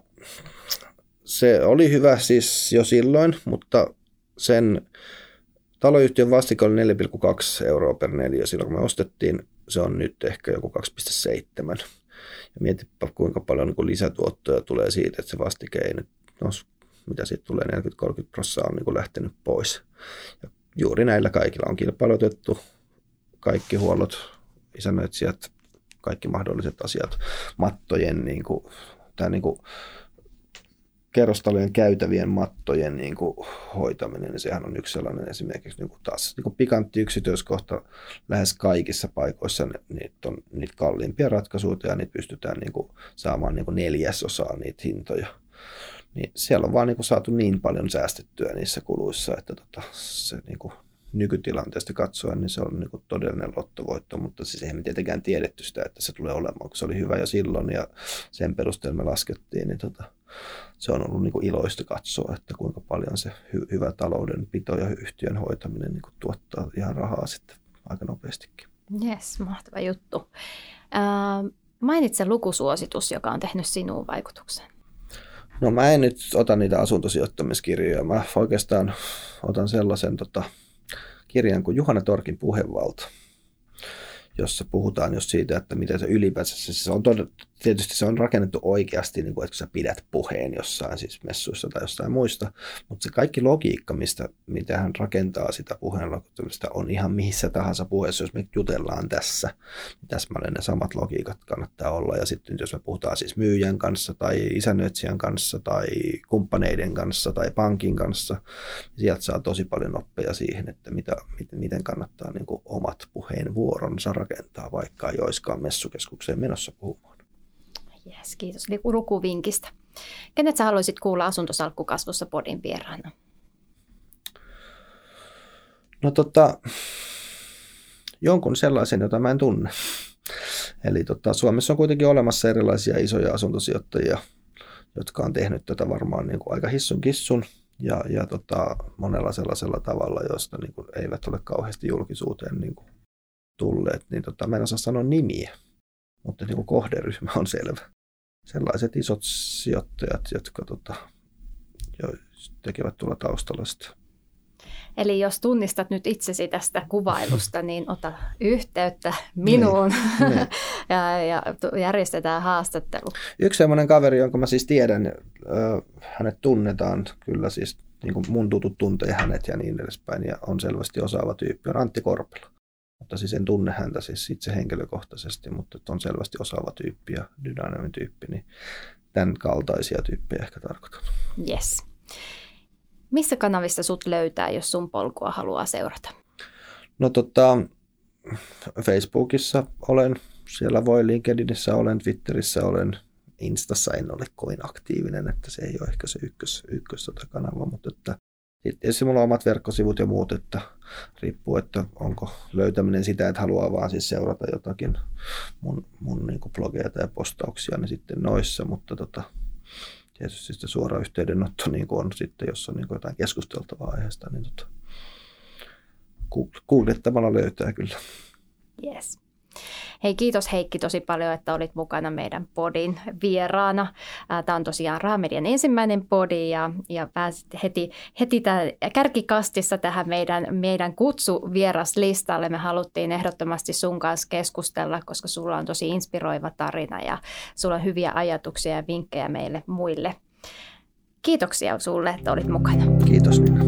se oli hyvä siis jo silloin, mutta sen taloyhtiön vastike oli neljä pilkku kaksi euroa per neliö silloin, kun me ostettiin. Se on nyt ehkä joku kaksi pilkku seitsemän. Ja mietipä, kuinka paljon niin kuin lisätuottoja tulee siitä, että se vastike ei nyt, no, mitä siitä tulee, neljäkymmentä kolmekymmentä prosenttia on niin kuin lähtenyt pois. Ja juuri näillä kaikilla on kilpailutettu kaikki huollot, isännöitsijät, kaikki mahdolliset asiat, mattojen, niin kuin, tämä niin kuin kerrostalojen käytävien mattojen niin kuin hoitaminen, niin sehän on yksi sellainen esimerkiksi niin kuin taas niin kuin pikantti yksityiskohta lähes kaikissa paikoissa, niitä on niitä kalliimpia ratkaisuja ja niitä pystytään niin kuin saamaan niin kuin neljäsosaa niitä hintoja. Niin siellä on vaan niin kuin saatu niin paljon säästettyä niissä kuluissa, että tota, se niin kuin nykytilanteesta katsoen, niin se on niin kuin todellinen lottovoitto, mutta siis eihän me tietenkään tiedetty sitä, että se tulee olemaan, kun se oli hyvä jo silloin ja sen perusteella me laskettiin, niin tota, se on ollut niin kuin iloista katsoa, että kuinka paljon se hy- hyvä taloudenpito ja yhtiön hoitaminen niin kuin tuottaa ihan rahaa sitten aika nopeastikin. Jes, mahtava juttu. Äh, mainitse lukusuositus, joka on tehnyt sinuun vaikutuksen. No mä en nyt ota niitä asuntosijoittamiskirjoja, mä oikeastaan otan sellaisen tota, kirjan kuin Juhana Torkin Puhevalta, jossa puhutaan just siitä, että miten se ylipäänsä, se on todella, tietysti se on rakennettu oikeasti, niin kuin, että sä pidät puheen jossain siis messuissa tai jossain muista, mutta se kaikki logiikka, mistä, mitä hän rakentaa sitä puheenlogiikkaa, on ihan missä tahansa puheessa, jos me jutellaan tässä, niin täsmälleen ne samat logiikat kannattaa olla, ja sitten jos me puhutaan siis myyjän kanssa tai isännöitsijän kanssa tai kumppaneiden kanssa tai pankin kanssa, niin sieltä saa tosi paljon oppeja siihen, että mitä, miten kannattaa niin kuin omat puheenvuoronsa rakentaa, vaikka ei olisikaan messukeskukseen menossa puhumaan. Jes, kiitos lukuvinkistä. Kenet sä haluaisit kuulla Asuntosalkkukasvussa podin vieraana? No tota, jonkun sellaisen, jota mä en tunne. Eli tota, Suomessa on kuitenkin olemassa erilaisia isoja asuntosijoittajia, jotka on tehnyt tätä varmaan niin kuin aika hissun kissun ja, ja tota, monella sellaisella tavalla, josta niin kuin eivät ole kauheasti julkisuuteen niin kuin tulleet. Niin tota, mä en osaa sanoa nimiä, mutta niin kuin kohderyhmä on selvä. Sellaiset isot sijoittajat, jotka tota, jo tekevät tuolla taustalla sitä. Eli jos tunnistat nyt itsesi tästä kuvailusta, niin ota yhteyttä minuun niin, niin. ja, ja järjestetään haastattelu. Yksi sellainen kaveri, jonka mä siis tiedän, hänet tunnetaan kyllä siis, niin kuin mun tutut tuntee hänet ja niin edespäin, ja on selvästi osaava tyyppi, on Antti Korpela. Mutta siis en tunne häntä siis itse henkilökohtaisesti, mutta on selvästi osaava tyyppi ja dynaaminen tyyppi, niin tämän kaltaisia tyyppejä ehkä tarkoitan. Yes. Missä kanavissa sut löytää, jos sun polkua haluaa seurata? No tota, Facebookissa olen, siellä voi, LinkedInissä olen, Twitterissä olen, Instassa en ole kovin aktiivinen, että se ei ole ehkä se ykkös, ykkös tota kanava, mutta että tietysti mulla on omat verkkosivut ja muut, että riippuu, että onko löytäminen sitä, että haluaa vaan siis seurata jotakin mun, mun niin kuin blogeja tai postauksia, niin sitten noissa, mutta tota, tietysti sitten suora yhteydenotto niin kuin on sitten, jos on niin kuin jotain keskusteltavaa aiheesta, niin tota, googlettamalla löytää kyllä. Yes. Hei, kiitos Heikki tosi paljon, että olit mukana meidän podin vieraana. Tämä on tosiaan Rahamedian ensimmäinen podi ja, ja pääsit heti, heti tää kärkikastissa tähän meidän, meidän kutsuvieraslistalle. Me haluttiin ehdottomasti sun kanssa keskustella, koska sulla on tosi inspiroiva tarina ja sulla on hyviä ajatuksia ja vinkkejä meille muille. Kiitoksia sulle, että olit mukana. Kiitos Nina.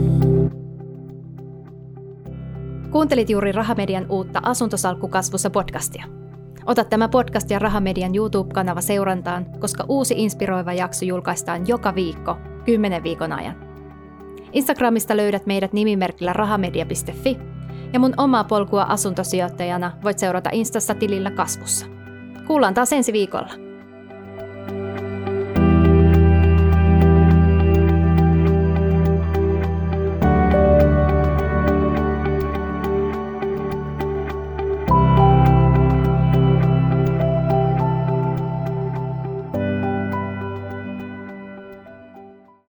Kuuntelit juuri Rahamedian uutta Asuntosalkku kasvussa podcastia. Ota tämä podcast ja Rahamedian YouTube-kanava seurantaan, koska uusi inspiroiva jakso julkaistaan joka viikko, kymmenen viikon ajan. Instagramista löydät meidät nimimerkillä rahamedia piste fi ja mun omaa polkua asuntosijoittajana voit seurata Instassa tilillä kasvussa. Kuullaan taas ensi viikolla.